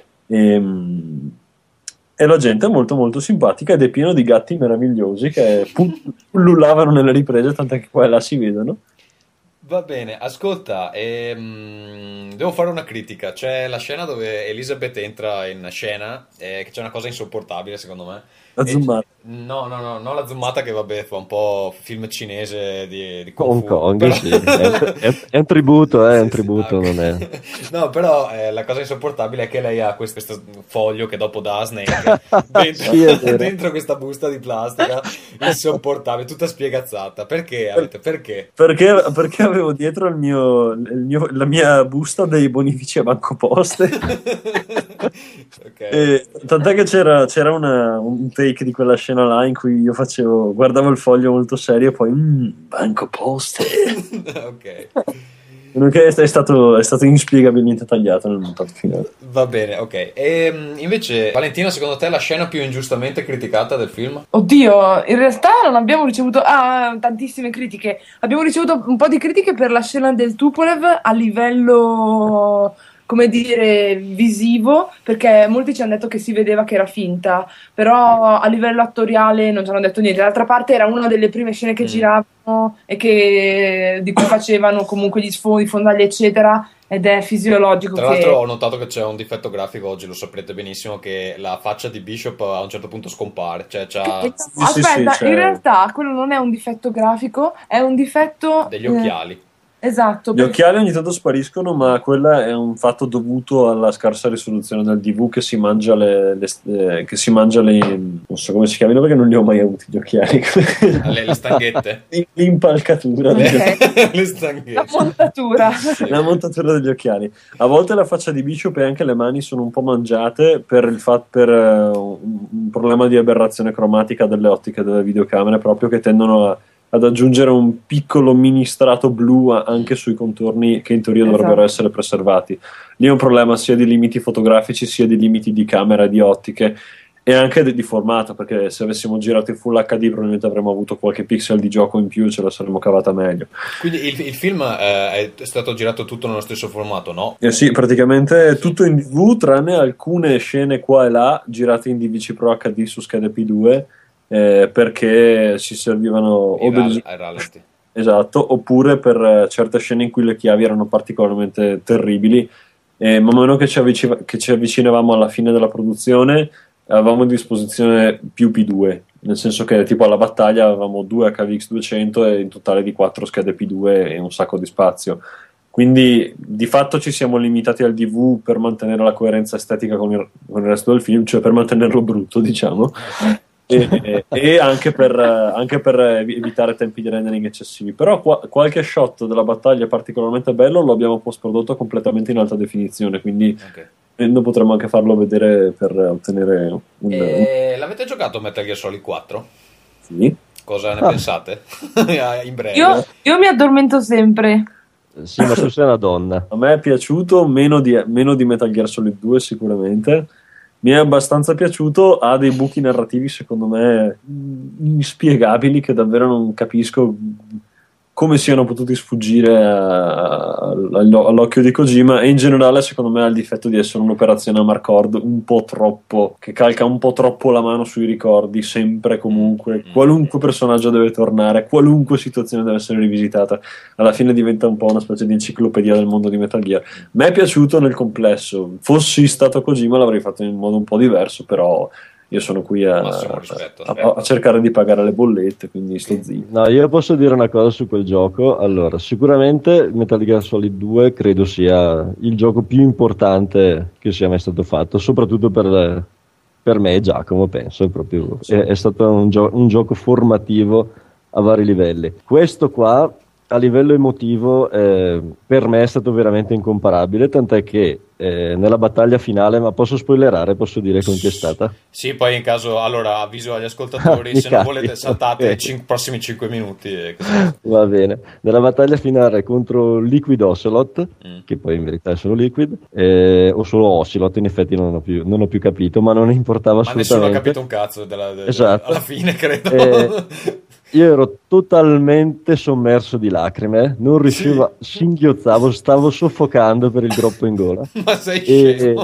Speaker 2: E la gente è molto molto simpatica ed è pieno di gatti meravigliosi che pullulavano nelle riprese, tant'è che qua e là si vedono.
Speaker 1: Va bene, ascolta, devo fare una critica. C'è la scena dove Elizabeth entra in scena, che c'è una cosa insopportabile secondo me.
Speaker 2: La zoomata.
Speaker 1: No, non la zoomata, che vabbè fa un po' film cinese di
Speaker 4: Hong
Speaker 1: Kung Fu,
Speaker 4: Kong,
Speaker 1: però...
Speaker 4: sì. È un tributo, è un tributo,
Speaker 1: okay.
Speaker 4: Non è...
Speaker 1: No, però la cosa insopportabile è che lei ha questo foglio che dopo dà a Snake dentro,
Speaker 4: Sì, è vero.
Speaker 1: dentro questa busta di plastica insopportabile, tutta spiegazzata. Perché? Perché?
Speaker 2: Perché avevo dietro la mia busta dei bonifici a Banco Poste.
Speaker 1: Okay.
Speaker 2: Tant'è che c'era un outtake di quella scena là in cui io guardavo il foglio molto serio e poi banco poster.
Speaker 1: Ok.
Speaker 2: Che è stato inspiegabilmente tagliato nel montato finale.
Speaker 1: Va bene, ok. E invece, Valentina, secondo te la scena più ingiustamente criticata del film?
Speaker 3: Oddio, in realtà non abbiamo ricevuto tantissime critiche. Abbiamo ricevuto un po' di critiche per la scena del Tupolev a livello, come dire, visivo, perché molti ci hanno detto che si vedeva che era finta, però a livello attoriale non ci hanno detto niente. D'altra parte era una delle prime scene che giravano e di cui facevano comunque gli sfondi, i fondagli, eccetera, ed è fisiologico.
Speaker 1: Tra l'altro ho notato che c'è un difetto grafico oggi, lo saprete benissimo, che la faccia di Bishop a un certo punto scompare. Cioè,
Speaker 3: Aspetta, in realtà quello non è un difetto grafico, è un difetto
Speaker 1: degli occhiali.
Speaker 3: Esatto.
Speaker 2: Gli occhiali ogni tanto spariscono, ma quella è un fatto dovuto alla scarsa risoluzione del DV che si mangia non so come si chiamino perché non li ho mai avuti gli occhiali.
Speaker 1: Le stanghette.
Speaker 2: L'impalcatura.
Speaker 1: Le stanghette.
Speaker 3: La montatura.
Speaker 1: Sì.
Speaker 2: La montatura degli occhiali. A volte la faccia di Bishop e anche le mani sono un po' mangiate per un problema di aberrazione cromatica delle ottiche delle videocamere, proprio che tendono ad aggiungere un piccolo mini strato blu anche sui contorni che in teoria dovrebbero essere preservati. Lì è un problema sia di limiti fotografici sia di limiti di camera e di ottiche e anche di formato, perché se avessimo girato in Full HD probabilmente avremmo avuto qualche pixel di gioco in più, ce la saremmo cavata meglio.
Speaker 1: Quindi il film è stato girato tutto nello stesso formato, no?
Speaker 2: Sì, praticamente tutto in DV tranne alcune scene qua e là girate in DVC Pro HD su schede P2, perché ci servivano
Speaker 1: ai rallenti.
Speaker 2: Esatto, oppure per certe scene in cui le chiavi erano particolarmente terribili, man mano che ci avvicinavamo alla fine della produzione avevamo a disposizione più P2, nel senso che tipo alla battaglia avevamo 2 HVX200 e in totale di 4 schede P2 e un sacco di spazio. Quindi di fatto ci siamo limitati al DV per mantenere la coerenza estetica con il resto del film, cioè per mantenerlo brutto, diciamo. E anche per evitare tempi di rendering eccessivi. Però qualche shot della battaglia particolarmente bello lo abbiamo post prodotto completamente in alta definizione, quindi potremmo anche farlo vedere per ottenere
Speaker 1: l'avete giocato Metal Gear Solid 4?
Speaker 2: Sì.
Speaker 1: Cosa ne pensate? In breve.
Speaker 3: Io mi addormento sempre.
Speaker 4: Sì, ma tu sei una donna.
Speaker 2: A me è piaciuto meno di Metal Gear Solid 2 sicuramente. Mi è abbastanza piaciuto, ha dei buchi narrativi secondo me inspiegabili che davvero non capisco come siano potuti sfuggire all'occhio di Kojima, e in generale secondo me ha il difetto di essere un'operazione a Marcord un po' troppo, che calca un po' troppo la mano sui ricordi, sempre comunque, qualunque personaggio deve tornare, qualunque situazione deve essere rivisitata, alla fine diventa un po' una specie di enciclopedia del mondo di Metal Gear. Mi è piaciuto nel complesso, fossi stato Kojima l'avrei fatto in modo un po' diverso, però io sono qui a cercare di pagare le bollette, quindi sto zitto.
Speaker 4: No, io posso dire una cosa su quel gioco. Allora, sicuramente Metal Gear Solid 2 credo sia il gioco più importante che sia mai stato fatto, soprattutto per me e Giacomo, penso. È stato un gioco formativo a vari livelli. Questo qua, a livello emotivo, per me è stato veramente incomparabile, tant'è che nella battaglia finale, ma posso spoilerare, posso dire con chi è stata?
Speaker 1: Sì, poi in caso, allora avviso agli ascoltatori, se non volete saltate i prossimi 5 minuti.
Speaker 4: Va bene. Nella battaglia finale contro Liquid Ocelot, che poi in verità è solo Liquid, o solo Ocelot, in effetti non ho più capito, ma non importava assolutamente.
Speaker 1: Ma nessuno ha capito un cazzo
Speaker 4: esatto.
Speaker 1: Alla fine, credo.
Speaker 4: Io ero totalmente sommerso di lacrime, non riuscivo, singhiozzavo, stavo soffocando per il groppo in gola.
Speaker 1: Ma sei scemo!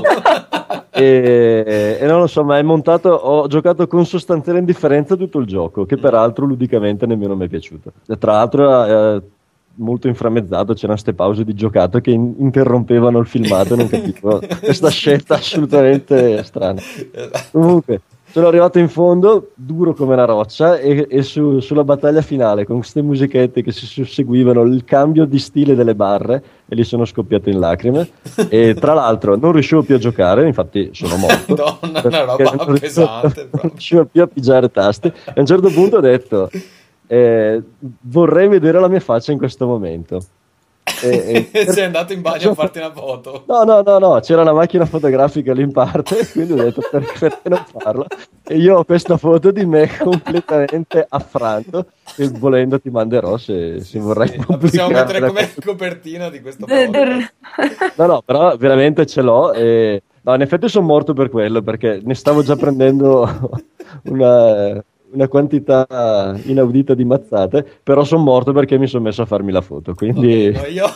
Speaker 4: E non lo so, ma ho giocato con sostanziale indifferenza tutto il gioco, che peraltro ludicamente nemmeno mi è piaciuto. E tra l'altro molto inframmezzato, c'erano ste pause di giocato che interrompevano il filmato e non capivo questa scelta assolutamente strana. Comunque sono arrivato in fondo duro come una roccia e sulla battaglia finale con queste musichette che si susseguivano, il cambio di stile delle barre, e lì sono scoppiato in lacrime. E tra l'altro non riuscivo più a giocare, infatti sono morto.
Speaker 1: Madonna, una roba pesante.
Speaker 4: Non riuscivo più a pigiare tasti, e a un certo punto ho detto vorrei vedere la mia faccia in questo momento.
Speaker 1: Sei andato in bagno a farti una foto?
Speaker 4: No, c'era una macchina fotografica lì in parte, quindi ho detto perché non farlo? E io ho questa foto di me completamente affranto, e volendo ti manderò se vorrai
Speaker 1: la possiamo
Speaker 4: pubblicare.
Speaker 1: mettere come copertina di questo podcast.
Speaker 4: No, però veramente ce l'ho. E... No, in effetti sono morto per quello, perché ne stavo già prendendo una quantità inaudita di mazzate, però sono morto perché mi sono messo a farmi la foto, quindi...
Speaker 1: Okay, no, io...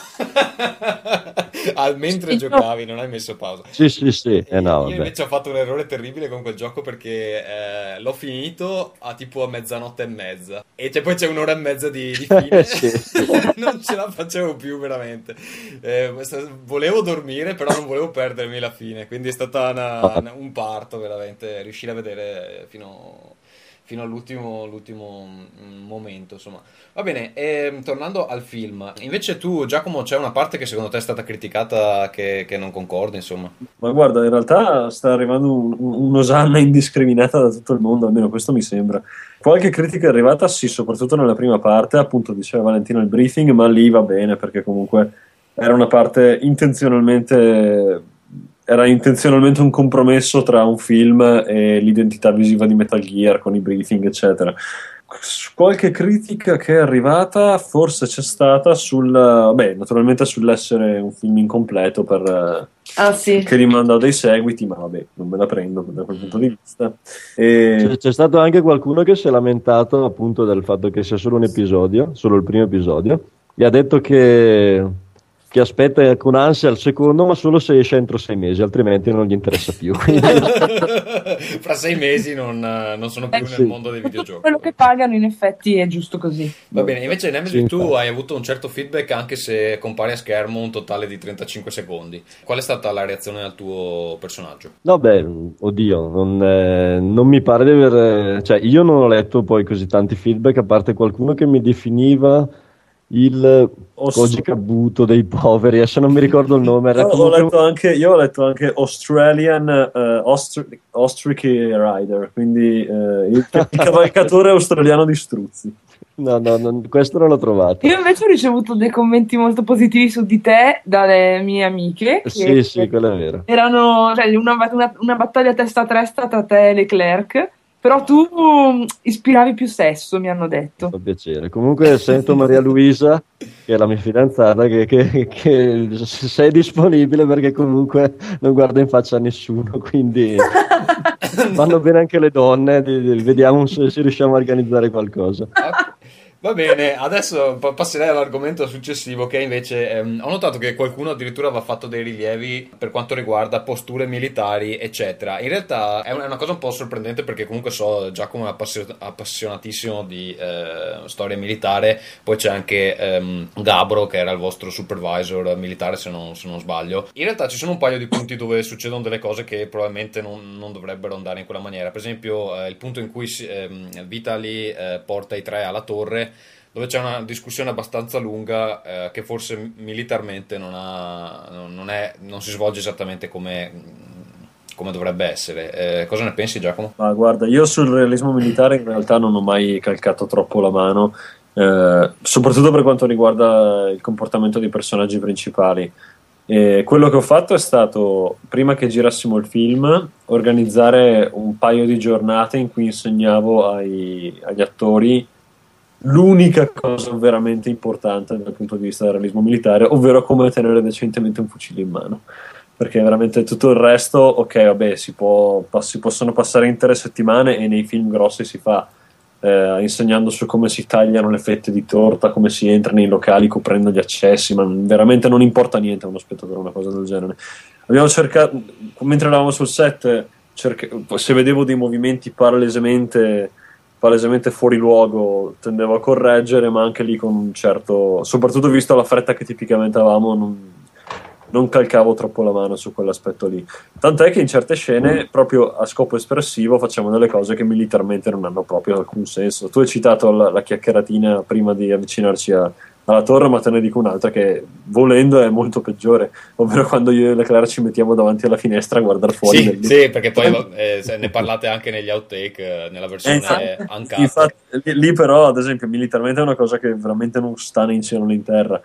Speaker 1: mentre giocavi non hai messo pausa.
Speaker 4: Sì.
Speaker 1: Io invece ho fatto un errore terribile con quel gioco, perché l'ho finito a tipo a mezzanotte e mezza, e poi c'è un'ora e mezza di fine.
Speaker 4: Sì.
Speaker 1: Non ce la facevo più veramente. Volevo dormire, però non volevo perdermi la fine, quindi è stata un parto veramente riuscire a vedere fino all'ultimo momento, insomma. Va bene, tornando al film, invece tu, Giacomo, c'è una parte che secondo te è stata criticata che non concordi, insomma?
Speaker 2: Ma guarda, in realtà sta arrivando un'osanna indiscriminata da tutto il mondo, almeno questo mi sembra. Qualche critica è arrivata, sì, soprattutto nella prima parte, appunto diceva Valentino il briefing, ma lì va bene, perché comunque era una parte era intenzionalmente un compromesso tra un film e l'identità visiva di Metal Gear con i briefing, eccetera. Qualche critica che è arrivata forse c'è stata naturalmente sull'essere un film incompleto
Speaker 3: sì.
Speaker 2: che rimanda a dei seguiti, ma vabbè, non me la prendo da quel punto di vista.
Speaker 4: C'è stato anche qualcuno che si è lamentato appunto del fatto che sia solo un episodio, solo il primo episodio, e ha detto che aspetta con ansia il secondo, ma solo se esce entro 6 mesi, altrimenti non gli interessa più. Quindi...
Speaker 1: Fra 6 mesi non sono più nel mondo dei videogiochi.
Speaker 3: Quello che pagano, in effetti, è giusto così.
Speaker 1: Va bene, invece Nemesis, tu hai avuto un certo feedback, anche se compare a schermo un totale di 35 secondi. Qual è stata la reazione al tuo personaggio?
Speaker 4: No, beh, oddio, non mi pare di aver... Cioè, io non ho letto poi così tanti feedback, a parte qualcuno che mi definiva il Koji Kabuto dei poveri, adesso non mi ricordo il nome.
Speaker 2: Io ho letto anche Australian Ostrich Rider, quindi il cavalcatore australiano di struzzi.
Speaker 4: No, questo non l'ho trovato.
Speaker 3: Io invece ho ricevuto dei commenti molto positivi su di te dalle mie amiche.
Speaker 4: Sì, quello è vero.
Speaker 3: Erano una battaglia testa a testa tra te e Leclerc. Però tu ispiravi più sesso, mi hanno detto.
Speaker 4: Fa piacere. Comunque sento Maria Luisa, che è la mia fidanzata, che sei disponibile, perché comunque non guarda in faccia a nessuno, quindi vanno bene anche le donne, vediamo se riusciamo a organizzare qualcosa.
Speaker 1: Va bene, adesso passerei all'argomento successivo, che invece ho notato che qualcuno addirittura aveva fatto dei rilievi per quanto riguarda posture militari, eccetera. In realtà è una cosa un po' sorprendente, perché comunque so, Giacomo è appassionatissimo di storia militare, poi c'è anche Gabro, che era il vostro supervisor militare, se non sbaglio. In realtà ci sono un paio di punti dove succedono delle cose che probabilmente non dovrebbero andare in quella maniera. Per esempio il punto in cui Vitaly porta i 3 alla torre, dove c'è una discussione abbastanza lunga, che forse militarmente non si svolge esattamente come dovrebbe essere. Cosa ne pensi, Giacomo?
Speaker 2: Ma guarda, io sul realismo militare in realtà non ho mai calcato troppo la mano, soprattutto per quanto riguarda il comportamento dei personaggi principali. Quello che ho fatto è stato, prima che girassimo il film, organizzare un paio di giornate in cui insegnavo agli attori l'unica cosa veramente importante dal punto di vista del realismo militare, ovvero come tenere decentemente un fucile in mano, perché veramente tutto il resto, ok, vabbè, si possono passare intere settimane, e nei film grossi si fa, insegnando su come si tagliano le fette di torta, come si entra nei locali coprendo gli accessi, ma veramente non importa niente a uno spettatore una cosa del genere. Abbiamo cercato, mentre eravamo sul set, se vedevo dei movimenti palesemente fuori luogo, tendevo a correggere, ma anche lì con un certo, soprattutto visto la fretta che tipicamente avevamo, non calcavo troppo la mano su quell'aspetto lì. Tant'è che in certe scene, proprio a scopo espressivo, facciamo delle cose che militarmente non hanno proprio alcun senso. Tu hai citato la chiacchieratina prima di avvicinarci alla torre, ma te ne dico un'altra che, volendo, è molto peggiore, ovvero quando io e Leclerc ci mettiamo davanti alla finestra a guardare fuori.
Speaker 1: Sì, perché poi ne parlate anche negli outtake, nella versione uncut.
Speaker 2: Infatti, lì però, ad esempio, militarmente è una cosa che veramente non sta né in cielo né in terra.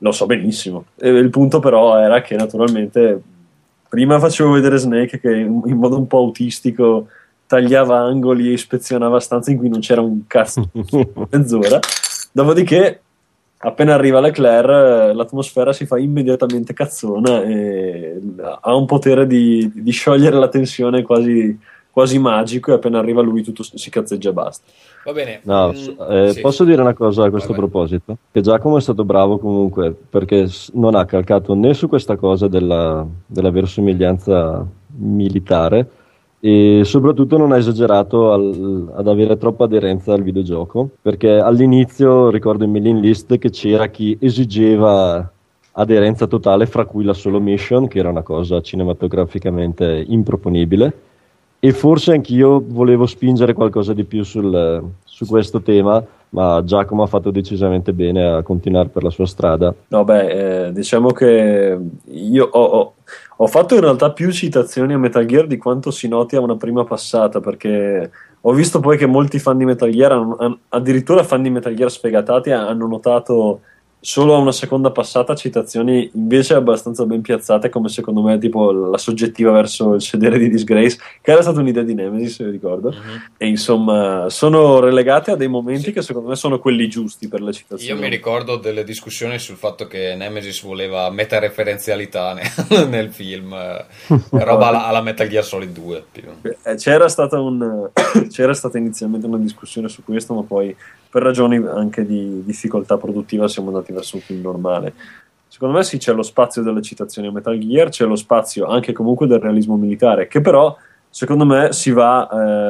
Speaker 2: Lo so benissimo. E il punto però era che naturalmente prima facevo vedere Snake che in modo un po' autistico tagliava angoli e ispezionava stanze in cui non c'era un cazzo mezz'ora. Dopodiché, appena arriva Leclerc, l'atmosfera si fa immediatamente cazzona e ha un potere di sciogliere la tensione quasi magico, e appena arriva lui tutto si cazzeggia e basta.
Speaker 1: Va bene.
Speaker 4: No,
Speaker 1: Sì.
Speaker 4: posso dire una cosa a questo
Speaker 1: Vai.
Speaker 4: proposito? Che Giacomo è stato bravo comunque perché non ha calcato né su questa cosa della verosimiglianza militare e soprattutto non ha esagerato ad avere troppa aderenza al videogioco, perché all'inizio ricordo in mailing list che c'era chi esigeva aderenza totale, fra cui la solo mission, che era una cosa cinematograficamente improponibile. E forse anch'io volevo spingere qualcosa di più su questo tema, ma Giacomo ha fatto decisamente bene a continuare per la sua strada.
Speaker 2: No, diciamo che io ho fatto in realtà più citazioni a Metal Gear di quanto si noti a una prima passata, perché ho visto poi che molti fan di Metal Gear, addirittura fan di Metal Gear sfegatati, hanno notato solo a una seconda passata citazioni invece abbastanza ben piazzate, come secondo me tipo la soggettiva verso il sedere di Disgrace, che era stata un'idea di Nemesis, se ricordo. E insomma sono relegate a dei momenti che secondo me sono quelli giusti per le citazioni.
Speaker 1: Io mi ricordo delle discussioni sul fatto che Nemesis voleva metareferenzialità nel film, roba alla Metal Gear Solid 2 più.
Speaker 2: C'era stata inizialmente una discussione su questo, ma poi per ragioni anche di difficoltà produttiva siamo andati verso un film normale. Secondo me sì, c'è lo spazio delle citazioni a Metal Gear, c'è lo spazio anche comunque del realismo militare, che però secondo me si va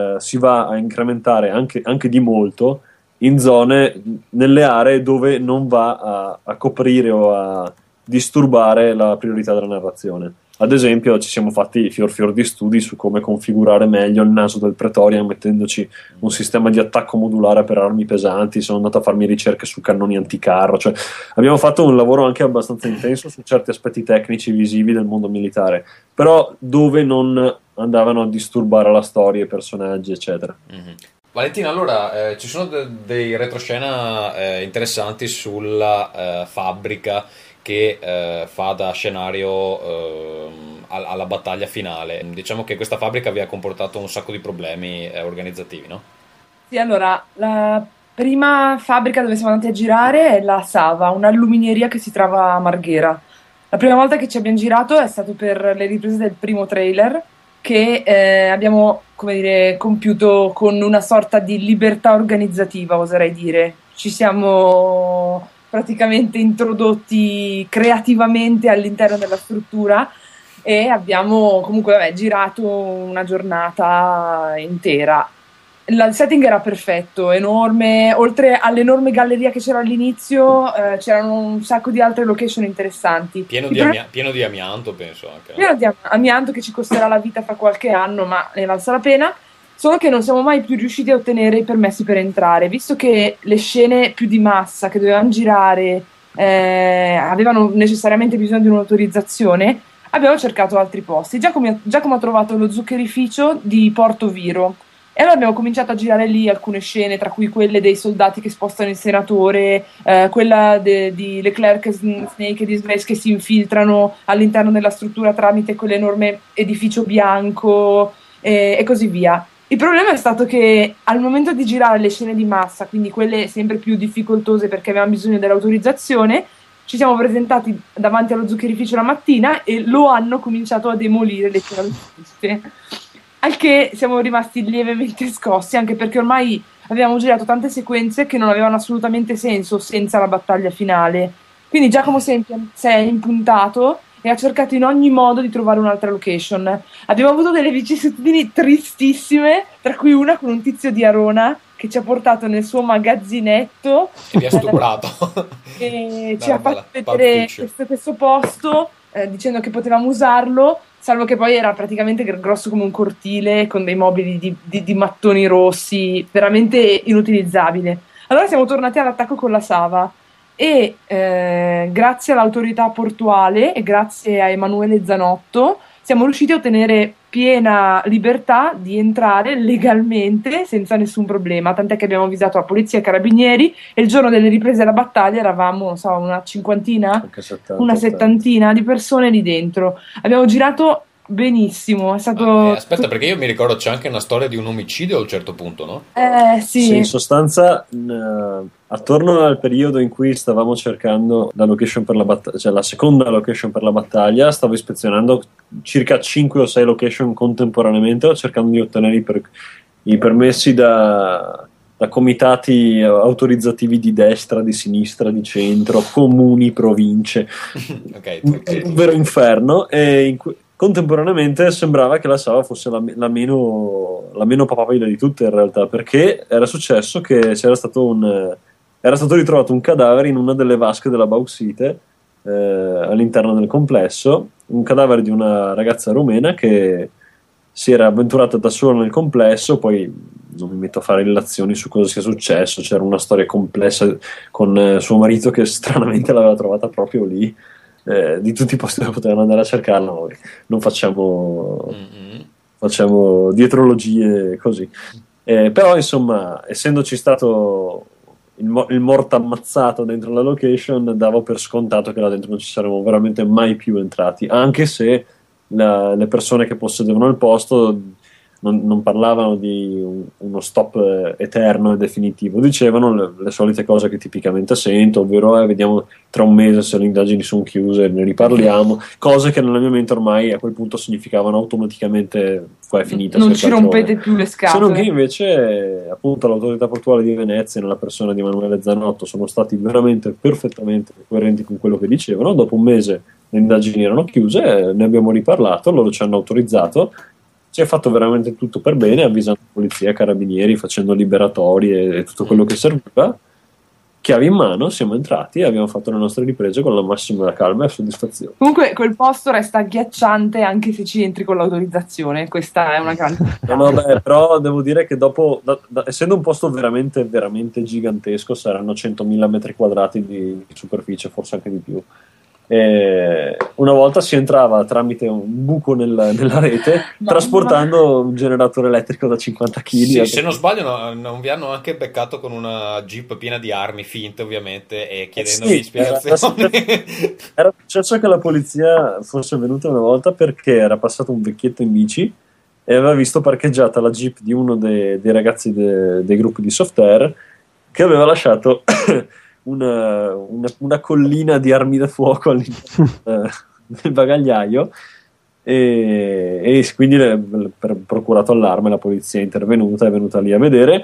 Speaker 2: a incrementare anche di molto in zone, nelle aree dove non va a coprire o a disturbare la priorità della narrazione. Ad esempio ci siamo fatti fior di studi su come configurare meglio il naso del Praetorian mettendoci un sistema di attacco modulare per armi pesanti. Sono andato a farmi ricerche su cannoni anticarro, cioè abbiamo fatto un lavoro anche abbastanza intenso su certi aspetti tecnici visivi del mondo militare, però dove non andavano a disturbare la storia, i personaggi eccetera.
Speaker 1: Valentina, allora ci sono dei retroscena interessanti sulla fabbrica che fa da scenario alla battaglia finale. Diciamo che questa fabbrica vi ha comportato un sacco di problemi organizzativi, no?
Speaker 3: Sì, allora, la prima fabbrica dove siamo andati a girare è la Sava, un'alluminieria che si trova a Marghera. La prima volta che ci abbiamo girato è stato per le riprese del primo trailer, che abbiamo, come dire, compiuto con una sorta di libertà organizzativa, oserei dire. Ci siamo praticamente introdotti creativamente all'interno della struttura e abbiamo comunque girato una giornata intera. Il setting era perfetto, enorme, oltre all'enorme galleria che c'era all'inizio c'erano un sacco di altre location interessanti.
Speaker 1: Pieno di amianto, penso anche.
Speaker 3: Pieno di amianto che ci costerà la vita fra qualche anno, ma ne valsa la pena. Solo che non siamo mai più riusciti a ottenere i permessi per entrare, visto che le scene più di massa che dovevamo girare avevano necessariamente bisogno di un'autorizzazione. Abbiamo cercato altri posti. Giacomo ha trovato lo zuccherificio di Porto Viro e allora abbiamo cominciato a girare lì alcune scene, tra cui quelle dei soldati che spostano il senatore, quella di Leclerc, Snake e Disgrace che si infiltrano all'interno della struttura tramite quell'enorme edificio bianco e così via. Il problema è stato che al momento di girare le scene di massa, quindi quelle sempre più difficoltose perché avevamo bisogno dell'autorizzazione, ci siamo presentati davanti allo zuccherificio la mattina e lo hanno cominciato a demolire letteralmente. Al che siamo rimasti lievemente scossi, anche perché ormai avevamo girato tante sequenze che non avevano assolutamente senso senza la battaglia finale. Quindi Giacomo si è impuntato e ha cercato in ogni modo di trovare un'altra location. Abbiamo avuto delle vicissitudini tristissime, tra cui una con un tizio di Arona che ci ha portato nel suo magazzinetto
Speaker 1: e vi ha stuprato
Speaker 3: e ci ha fatto vedere questo posto dicendo che potevamo usarlo, salvo che poi era praticamente grosso come un cortile con dei mobili di mattoni rossi, veramente inutilizzabile. Allora siamo tornati all'attacco con la Sava e grazie all'autorità portuale e grazie a Emanuele Zanotto siamo riusciti a ottenere piena libertà di entrare legalmente senza nessun problema, tant'è che abbiamo avvisato la polizia e i carabinieri e il giorno delle riprese della battaglia eravamo, non so, una cinquantina,
Speaker 2: Anche 70,
Speaker 3: una settantina di persone lì dentro. Abbiamo girato benissimo, è stato...
Speaker 1: Aspetta, perché io mi ricordo c'è anche una storia di un omicidio a un certo punto, no?
Speaker 3: Sì.
Speaker 2: Sì, in sostanza, attorno al periodo in cui stavamo cercando la location per la battaglia, cioè la seconda location per la battaglia, stavo ispezionando circa 5 o 6 location contemporaneamente, cercando di ottenere i permessi da comitati autorizzativi di destra, di sinistra, di centro, comuni, province, un vero inferno. E contemporaneamente sembrava che la Sava fosse la meno papabile di tutte in realtà, perché era successo che era stato ritrovato un cadavere in una delle vasche della bauxite all'interno del complesso, un cadavere di una ragazza rumena che si era avventurata da sola nel complesso. Poi non mi metto a fare relazioni su cosa sia successo, c'era una storia complessa con suo marito che stranamente l'aveva trovata proprio lì. Di tutti i posti dove potevano andare a cercarla, noi non facciamo dietrologie così, però insomma, essendoci stato il morto ammazzato dentro la location, davo per scontato che là dentro non ci saremmo veramente mai più entrati, anche se le persone che possedevano il posto non parlavano di uno stop eterno e definitivo, dicevano le solite cose che tipicamente sento, ovvero vediamo tra un mese se le indagini sono chiuse, ne riparliamo, cose che nella mia mente ormai a quel punto significavano automaticamente qua è finita,
Speaker 3: non ci rompete più le scatole.
Speaker 2: Se non che invece appunto l'autorità portuale di Venezia nella persona di Emanuele Zanotto sono stati veramente perfettamente coerenti con quello che dicevano. Dopo un mese le indagini erano chiuse, ne abbiamo riparlato, loro ci hanno autorizzato. Si è fatto veramente tutto per bene, avvisando polizia, carabinieri, facendo liberatori e tutto quello che serviva. Chiavi in mano, siamo entrati e abbiamo fatto le nostre riprese con la massima calma e soddisfazione.
Speaker 3: Comunque quel posto resta agghiacciante anche se ci entri con l'autorizzazione, questa è una grande...
Speaker 2: Però devo dire che dopo, essendo un posto veramente, veramente gigantesco, saranno 100.000 metri quadrati di superficie, forse anche di più. Una volta si entrava tramite un buco nella rete trasportando un generatore elettrico da 50 kg.
Speaker 1: Sì, se non sbaglio non vi hanno anche beccato con una jeep piena di armi finte ovviamente e chiedendovi spiegazioni.
Speaker 2: Era successo che la polizia fosse venuta una volta perché era passato un vecchietto in bici e aveva visto parcheggiata la jeep di uno dei ragazzi dei gruppi di software che aveva lasciato una collina di armi da fuoco all'interno del bagagliaio e quindi per procurato allarme la polizia è intervenuta, è venuta lì a vedere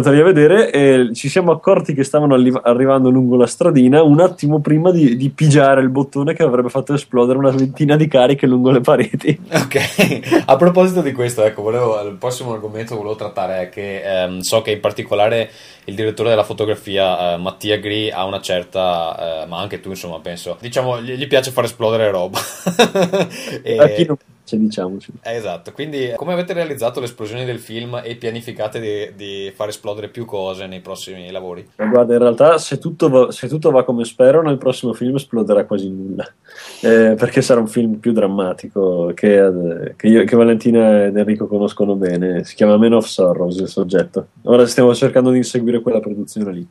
Speaker 2: e ci siamo accorti che stavano arrivando lungo la stradina un attimo prima di pigiare il bottone che avrebbe fatto esplodere una ventina di cariche lungo le pareti.
Speaker 1: Ok, a proposito di questo, ecco, il prossimo argomento che volevo trattare è che so che in particolare il direttore della fotografia Mattia Gri ha una certa, ma anche tu insomma penso, diciamo gli piace far esplodere roba.
Speaker 2: A chi non piace, diciamoci.
Speaker 1: Esatto, quindi come avete realizzato l'esplosione del film e pianificate di far esplodere più cose nei prossimi lavori?
Speaker 2: Guarda, in realtà se tutto va come spero, nel prossimo film esploderà quasi nulla, perché sarà un film più drammatico che Valentina ed Enrico conoscono bene. Si chiama Man of Sorrows il soggetto. Ora stiamo cercando di inseguire quella produzione lì.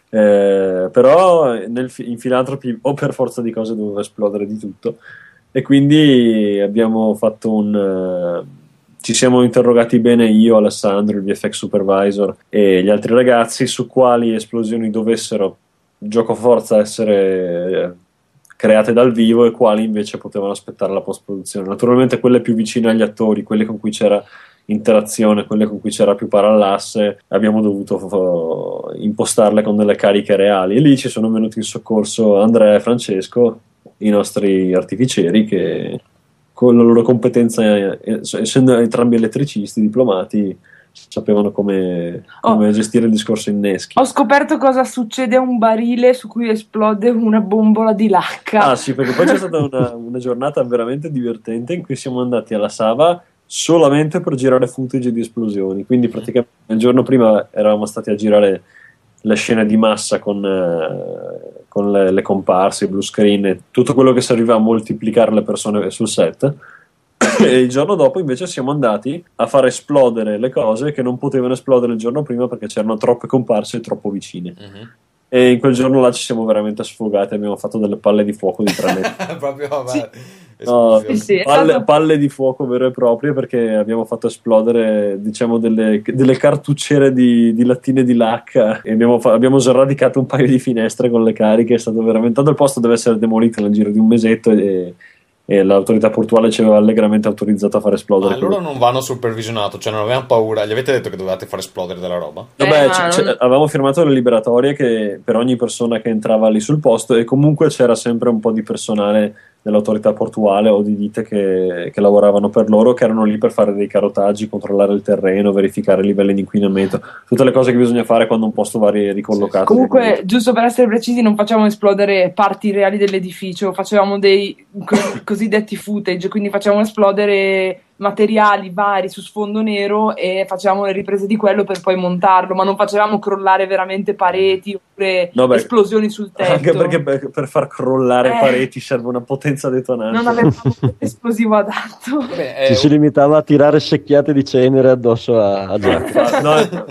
Speaker 2: Però in Filantropi o per forza di cose doveva esplodere di tutto e quindi abbiamo fatto ci siamo interrogati bene io, Alessandro, il VFX supervisor e gli altri ragazzi su quali esplosioni dovessero gioco forza essere create dal vivo e quali invece potevano aspettare la post produzione. Naturalmente quelle più vicine agli attori, quelle con cui c'era interazione, quelle con cui c'era più parallasse, abbiamo dovuto impostarle con delle cariche reali e lì ci sono venuti in soccorso Andrea e Francesco, i nostri artificieri, che con la loro competenza, essendo entrambi elettricisti diplomati, sapevano come gestire il discorso inneschi.
Speaker 3: Ho scoperto cosa succede a un barile su cui esplode una bombola di lacca.
Speaker 2: Ah sì, perché poi c'è stata una giornata veramente divertente in cui siamo andati alla Sava solamente per girare footage di esplosioni, quindi praticamente il giorno prima eravamo stati a girare le scene di massa con le comparse, i blue screen e tutto quello che serviva a moltiplicare le persone sul set E il giorno dopo invece siamo andati a far esplodere le cose che non potevano esplodere il giorno prima perché c'erano troppe comparse troppo vicine. E in quel giorno là ci siamo veramente sfogati, abbiamo fatto delle palle di fuoco di 3 metri.
Speaker 1: Proprio, vabbè,
Speaker 2: No,
Speaker 3: Sì,
Speaker 2: palle di fuoco vere e proprie, perché abbiamo fatto esplodere, diciamo, delle cartucciere di lattine di lacca e abbiamo sradicato un paio di finestre con le cariche. È stato veramente, tanto il posto deve essere demolito nel giro di un mesetto e l'autorità portuale ci aveva allegramente autorizzato a far esplodere.
Speaker 1: Ma loro non vanno supervisionato, cioè non avevano paura, gli avete detto che dovevate far esplodere della roba?
Speaker 2: Vabbè, avevamo firmato le liberatorie che per ogni persona che entrava lì sul posto, e comunque c'era sempre un po' di personale dell'autorità portuale o di ditte che lavoravano per loro, che erano lì per fare dei carotaggi, controllare il terreno, verificare i livelli di inquinamento, tutte le cose che bisogna fare quando un posto va ricollocato.
Speaker 3: Comunque, giusto per essere precisi, non facciamo esplodere parti reali dell'edificio, facevamo dei cosiddetti footage, quindi facciamo esplodere materiali vari su sfondo nero e facevamo le riprese di quello per poi montarlo, ma non facevamo crollare veramente pareti oppure esplosioni sul tetto.
Speaker 2: Anche perché per far crollare pareti serve una potenza detonante.
Speaker 3: Non avevamo esplosivo adatto.
Speaker 4: Ci si limitava a tirare secchiate di cenere addosso a Jack.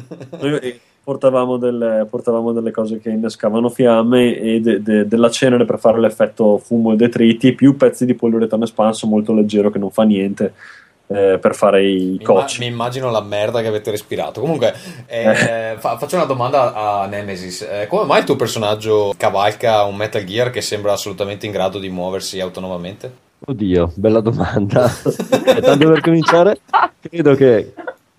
Speaker 2: Noi portavamo delle cose che innescavano fiamme e della cenere per fare l'effetto fumo e detriti, più pezzi di poliuretano espanso molto leggero che non fa niente. Per fare i cocci.
Speaker 1: Mi immagino la merda che avete respirato. Comunque faccio una domanda a Nemesis. Come mai il tuo personaggio cavalca un Metal Gear che sembra assolutamente in grado di muoversi autonomamente?
Speaker 4: Oddio, bella domanda. Tanto per cominciare, credo che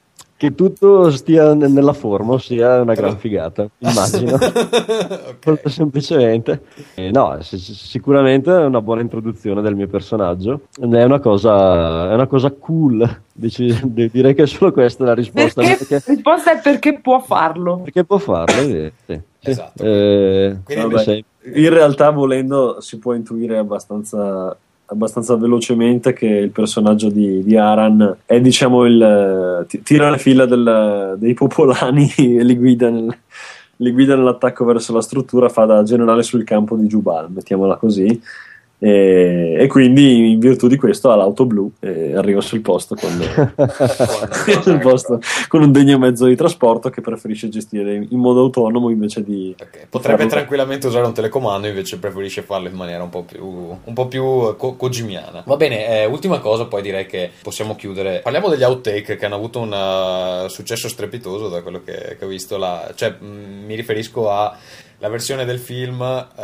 Speaker 4: tutto stia nella forma, sia una gran figata, immagino.
Speaker 1: Okay.
Speaker 4: Molto semplicemente. No, sicuramente è una buona introduzione del mio personaggio. È una cosa cool. Direi che solo questa è la risposta.
Speaker 3: La risposta è perché può farlo.
Speaker 4: Perché può farlo, sì.
Speaker 1: Esatto.
Speaker 2: In realtà, volendo, si può intuire abbastanza velocemente che il personaggio di Aran è, diciamo, tira le fila dei popolani e li guida nell'attacco verso la struttura, fa da generale sul campo di Jubal, mettiamola così, e quindi in virtù di questo ha l'auto blu e arriva sul posto con un degno mezzo di trasporto che preferisce gestire in modo autonomo invece di
Speaker 1: potrebbe tranquillamente usare un telecomando, invece preferisce farlo in maniera un po' più kojimiana. Va bene, ultima cosa, poi direi che possiamo chiudere. Parliamo degli outtake che hanno avuto un successo strepitoso da quello che ho visto là. Cioè, mi riferisco alla versione del film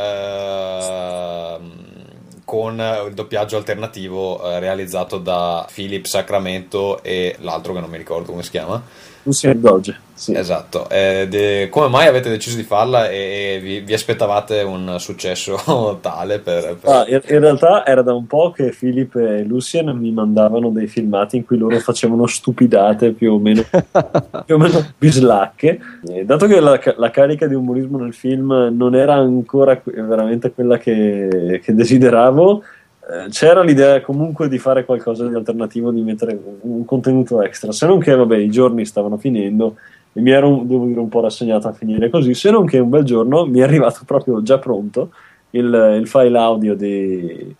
Speaker 1: con il doppiaggio alternativo realizzato da Philip Sacramento e l'altro che non mi ricordo come si chiama.
Speaker 2: Lucien Dodge, sì.
Speaker 1: Esatto. Come mai avete deciso di farla e vi aspettavate un successo tale per...
Speaker 2: In realtà era da un po' che Philip e Lucien mi mandavano dei filmati in cui loro facevano stupidate più o meno bislacche, e dato che la carica di umorismo nel film non era ancora veramente quella che desideravo, c'era l'idea comunque di fare qualcosa di alternativo, di mettere un contenuto extra, se non che vabbè, i giorni stavano finendo e mi ero, devo dire, un po' rassegnato a finire così, se non che un bel giorno mi è arrivato proprio già pronto il file audio di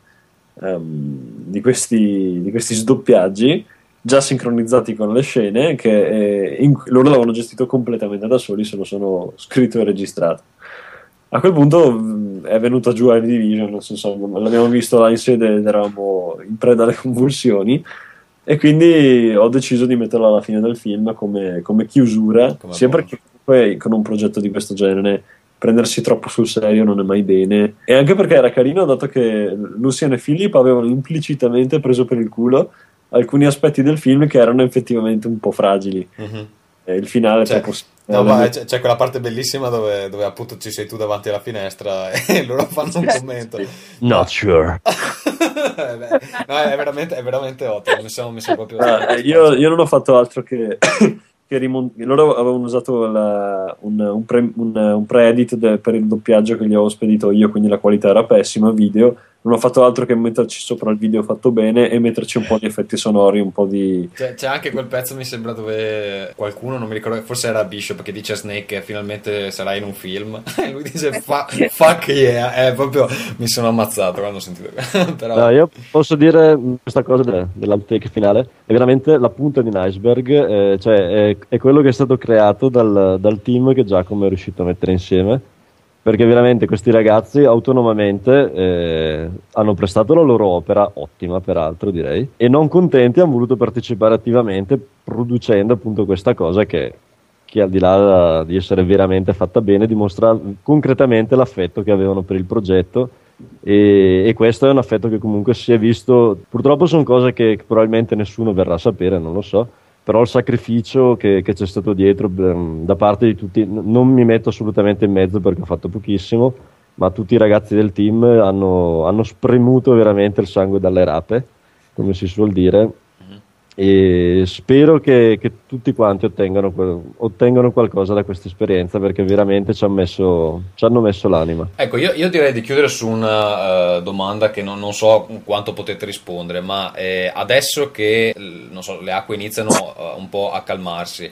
Speaker 2: questi sdoppiaggi già sincronizzati con le scene che loro l'avevano gestito completamente da soli, se lo sono scritto e registrato. A quel punto è venuta giù Heavy Division, nel senso, l'abbiamo visto là in sede ed eravamo in preda alle convulsioni, e quindi ho deciso di metterlo alla fine del film come chiusura, sia perché poi con un progetto di questo genere prendersi troppo sul serio non è mai bene, e anche perché era carino, dato che Lucien e Philip avevano implicitamente preso per il culo alcuni aspetti del film che erano effettivamente un po' fragili. Il finale c'è
Speaker 1: quella parte bellissima dove appunto ci sei tu davanti alla finestra e loro fanno un commento.
Speaker 4: Not sure.
Speaker 1: No, è veramente ottimo. Mi sono proprio
Speaker 2: io non ho fatto altro che loro avevano usato un pre-edit per il doppiaggio che gli avevo spedito io, quindi la qualità era pessima video. non ho fatto altro che metterci sopra il video fatto bene e metterci un po' di effetti sonori, un po' di...
Speaker 1: C'è anche quel pezzo, mi sembra, dove qualcuno, non mi ricordo, forse era Bishop, che dice a Snake che finalmente sarà in un film e lui dice fuck yeah, proprio mi sono ammazzato quando ho sentito. Però...
Speaker 4: No, io posso dire questa cosa dell'outtake finale, è veramente la punta di un iceberg, cioè è quello che è stato creato dal team che Giacomo è riuscito a mettere insieme, perché veramente questi ragazzi autonomamente hanno prestato la loro opera, ottima peraltro direi, e non contenti hanno voluto partecipare attivamente producendo appunto questa cosa che al di là di essere veramente fatta bene dimostra concretamente l'affetto che avevano per il progetto, e questo è un affetto che comunque si è visto. Purtroppo sono cose che probabilmente nessuno verrà a sapere, non lo so, però il sacrificio che c'è stato dietro da parte di tutti, non mi metto assolutamente in mezzo perché ho fatto pochissimo, ma tutti i ragazzi del team hanno spremuto veramente il sangue dalle rape, come si suol dire, e spero che tutti quanti ottengano qualcosa da questa esperienza, perché veramente ci hanno messo l'anima.
Speaker 1: Ecco, io direi di chiudere su una domanda che non so quanto potete rispondere, ma adesso che non so, le acque iniziano un po' a calmarsi,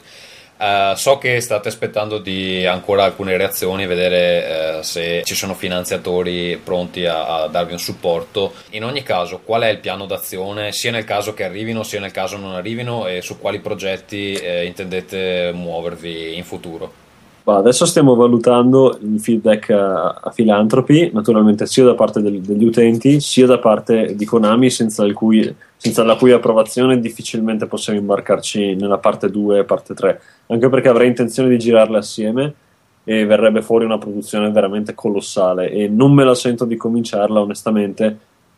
Speaker 1: so che state aspettando di ancora alcune reazioni, vedere se ci sono finanziatori pronti a darvi un supporto. In ogni caso, qual è il piano d'azione, sia nel caso che arrivino, sia nel caso non arrivino, e su quali progetti intendete muovervi in futuro?
Speaker 2: Adesso stiamo valutando il feedback a Philanthropy, naturalmente sia da parte degli utenti sia da parte di Konami, senza la cui approvazione difficilmente possiamo imbarcarci nella parte 2 e parte 3, anche perché avrei intenzione di girarle assieme e verrebbe fuori una produzione veramente colossale e non me la sento di cominciarla onestamente,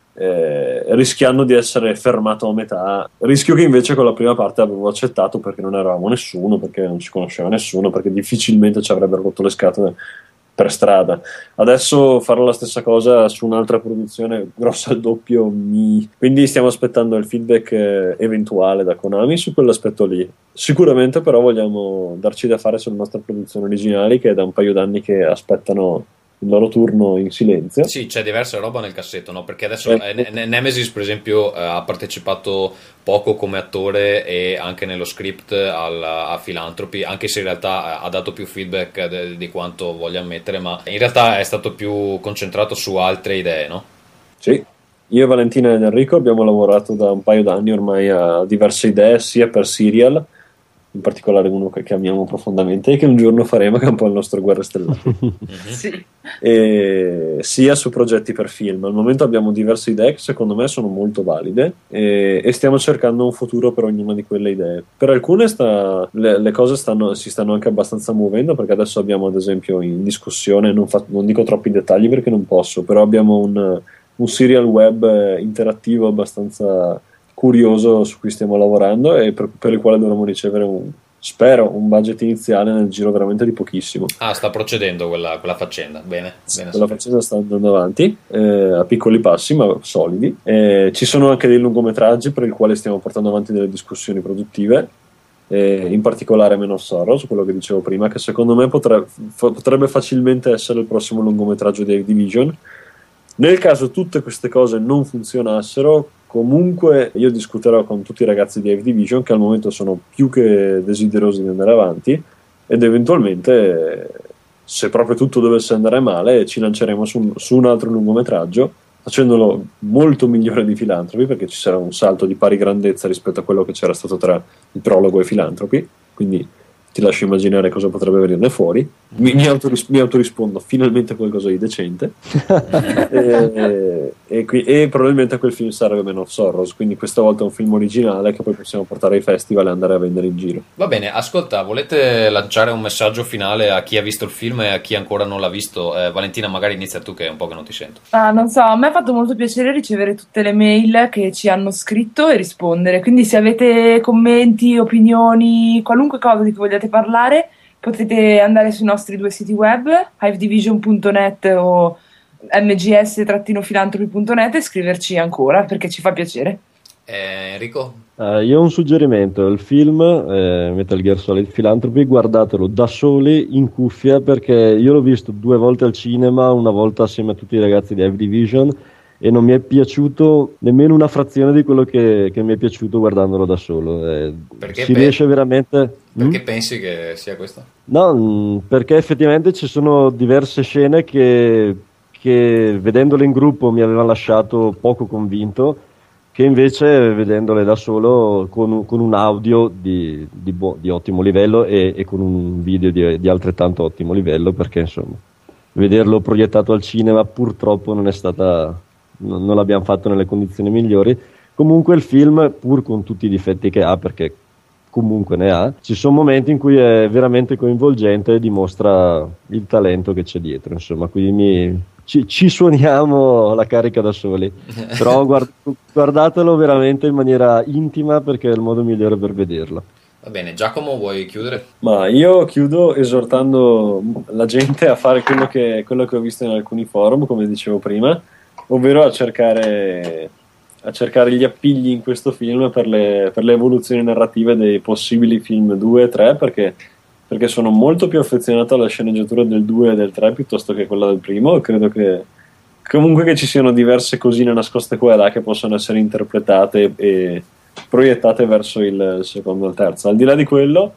Speaker 2: rischiando di essere fermato a metà, rischio che invece con la prima parte avevo accettato perché non eravamo nessuno, perché non ci conosceva nessuno, perché difficilmente ci avrebbero rotto le scatole per strada. Adesso farò la stessa cosa su un'altra produzione grossa al doppio, quindi stiamo aspettando il feedback eventuale da Konami su quell'aspetto lì. Sicuramente però vogliamo darci da fare sulle nostre produzioni originali, che è da un paio d'anni che aspettano il loro turno in silenzio.
Speaker 1: Sì, c'è diversa roba nel cassetto, no? Perché adesso Nemesis, per esempio, ha partecipato poco come attore e anche nello script a Philanthropy, anche se in realtà ha dato più feedback di quanto voglia ammettere, ma in realtà è stato più concentrato su altre idee, no?
Speaker 2: Sì, io, Valentina ed Enrico abbiamo lavorato da un paio d'anni ormai a diverse idee, sia per serial, in particolare uno che amiamo profondamente e che un giorno faremo, che è un po' il nostro Guerre Stellari,
Speaker 3: Sì.
Speaker 2: e sia su progetti per film. Al momento abbiamo diverse idee che secondo me sono molto valide e stiamo cercando un futuro per ognuna di quelle idee. Per alcune le cose si stanno anche abbastanza muovendo, perché adesso abbiamo ad esempio in discussione, non dico troppi dettagli perché non posso, però abbiamo un serial web interattivo abbastanza curioso su cui stiamo lavorando e per il quale dovremo ricevere spero un budget iniziale nel giro veramente di pochissimo.
Speaker 1: Sta procedendo quella faccenda, bene.
Speaker 2: Quella faccenda sta andando avanti a piccoli passi ma solidi. Ci sono anche dei lungometraggi per il quale stiamo portando avanti delle discussioni produttive, in particolare Men of Sorrows, quello che dicevo prima, che secondo me potrebbe facilmente essere il prossimo lungometraggio di Division. Nel caso tutte queste cose non funzionassero, comunque io discuterò con tutti i ragazzi di Division, che al momento sono più che desiderosi di andare avanti, ed eventualmente, se proprio tutto dovesse andare male, ci lanceremo su un altro lungometraggio, facendolo molto migliore di Philanthropy, perché ci sarà un salto di pari grandezza rispetto a quello che c'era stato tra il prologo e Philanthropy, quindi ti lascio immaginare cosa potrebbe venirne fuori. Mi autorispondo finalmente qualcosa di decente. e probabilmente quel film sarebbe Men of Sorrows, quindi questa volta è un film originale che poi possiamo portare ai festival e andare a vendere in giro.
Speaker 1: Va bene, ascolta, volete lanciare un messaggio finale a chi ha visto il film e a chi ancora non l'ha visto? Valentina, magari inizia tu, che è un po' che non ti sento.
Speaker 3: Non so, a me ha fatto molto piacere ricevere tutte le mail che ci hanno scritto e rispondere, quindi se avete commenti, opinioni, qualunque cosa di cui vogliate parlare, potete andare sui nostri due siti web, hivedivision.net o mgs-philanthropy.net, e scriverci ancora, perché ci fa piacere.
Speaker 1: Enrico?
Speaker 4: Io ho un suggerimento: il film Metal Gear Solid Philanthropy, guardatelo da soli in cuffia, perché io l'ho visto 2 volte al cinema, una volta assieme a tutti i ragazzi di Hive Division, e non mi è piaciuto nemmeno una frazione di quello che mi è piaciuto guardandolo da solo.
Speaker 1: Perché
Speaker 4: si riesce veramente...
Speaker 1: Perché pensi che sia questo?
Speaker 4: No, perché effettivamente ci sono diverse scene che vedendole in gruppo mi avevano lasciato poco convinto, che invece vedendole da solo con un audio di ottimo livello e con un video di altrettanto ottimo livello, perché insomma vederlo proiettato al cinema purtroppo non l'abbiamo fatto nelle condizioni migliori. Comunque il film, pur con tutti i difetti che ha, perché comunque ne ha, ci sono momenti in cui è veramente coinvolgente e dimostra il talento che c'è dietro, insomma, quindi ci suoniamo la carica da soli, però guardatelo veramente in maniera intima, perché è il modo migliore per vederlo.
Speaker 1: Va bene, Giacomo, vuoi chiudere?
Speaker 2: Ma io chiudo esortando la gente a fare quello che ho visto in alcuni forum, come dicevo prima, ovvero a cercare gli appigli in questo film per le evoluzioni narrative dei possibili film 2 e 3, perché sono molto più affezionato alla sceneggiatura del 2 e del 3 piuttosto che quella del primo, e credo che comunque che ci siano diverse cosine nascoste qua e là che possono essere interpretate e proiettate verso il secondo e il terzo. Al di là di quello,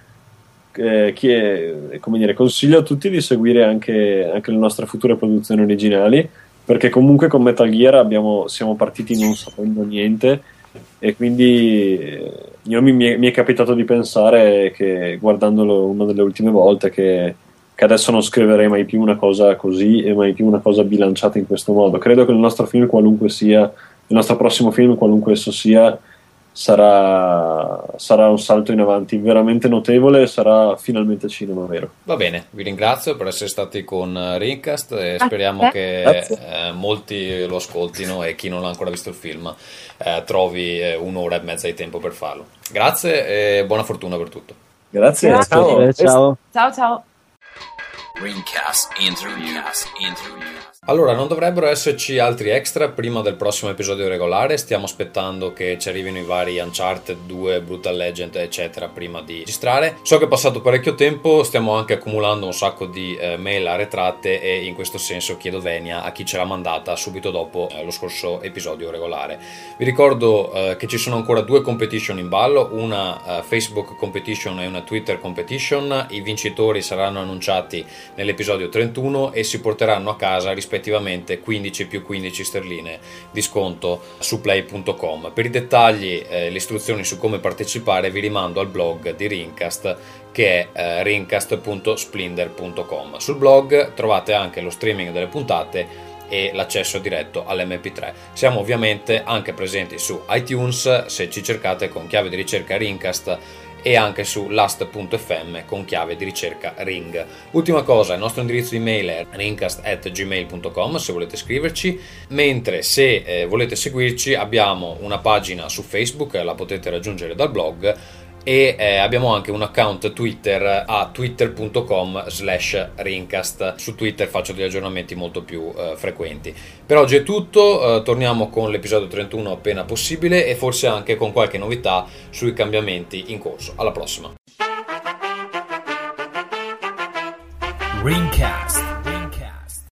Speaker 2: consiglio a tutti di seguire anche le nostre future produzioni originali, perché comunque con Metal Gear siamo partiti non sapendo niente, e quindi mi è capitato di pensare, che guardandolo una delle ultime volte, che adesso non scriverei mai più una cosa così e mai più una cosa bilanciata in questo modo. Credo che il nostro film, qualunque sia, il nostro prossimo film, qualunque esso sia, sarà un salto in avanti veramente notevole, sarà finalmente cinema vero.
Speaker 1: Va bene, vi ringrazio per essere stati con Rincast e speriamo che molti lo ascoltino, e chi non ha ancora visto il film trovi un'ora e mezza di tempo per farlo. Grazie e buona fortuna per tutto.
Speaker 2: Grazie.
Speaker 4: Ciao.
Speaker 3: Ciao.
Speaker 5: Rincast Interview.
Speaker 1: Allora, non dovrebbero esserci altri extra prima del prossimo episodio regolare. Stiamo aspettando che ci arrivino i vari Uncharted 2, Brutal Legend, eccetera, prima di registrare. So che è passato parecchio tempo, stiamo anche accumulando un sacco di mail arretrate, e in questo senso chiedo venia a chi ce l'ha mandata subito dopo lo scorso episodio regolare. Vi ricordo che ci sono ancora 2 competition in ballo, una Facebook competition e una Twitter competition. I vincitori saranno annunciati nell'episodio 31 e si porteranno a casa rispettivamente 15 più 15 sterline di sconto su play.com. Per i dettagli, le istruzioni su come partecipare, vi rimando al blog di Rincast, che è rincast.splinder.com. Sul blog trovate anche lo streaming delle puntate e l'accesso diretto all'MP3. Siamo ovviamente anche presenti su iTunes, se ci cercate con chiave di ricerca Rincast, e anche su last.fm con chiave di ricerca Ring. Ultima cosa, il nostro indirizzo email è ringcast@gmail.com se volete scriverci, mentre se volete seguirci abbiamo una pagina su Facebook, la potete raggiungere dal blog, e abbiamo anche un account Twitter a twitter.com/Rincast. Su Twitter faccio degli aggiornamenti molto più frequenti. Per oggi è tutto, torniamo con l'episodio 31 appena possibile, e forse anche con qualche novità sui cambiamenti in corso. Alla prossima.
Speaker 5: Rincast.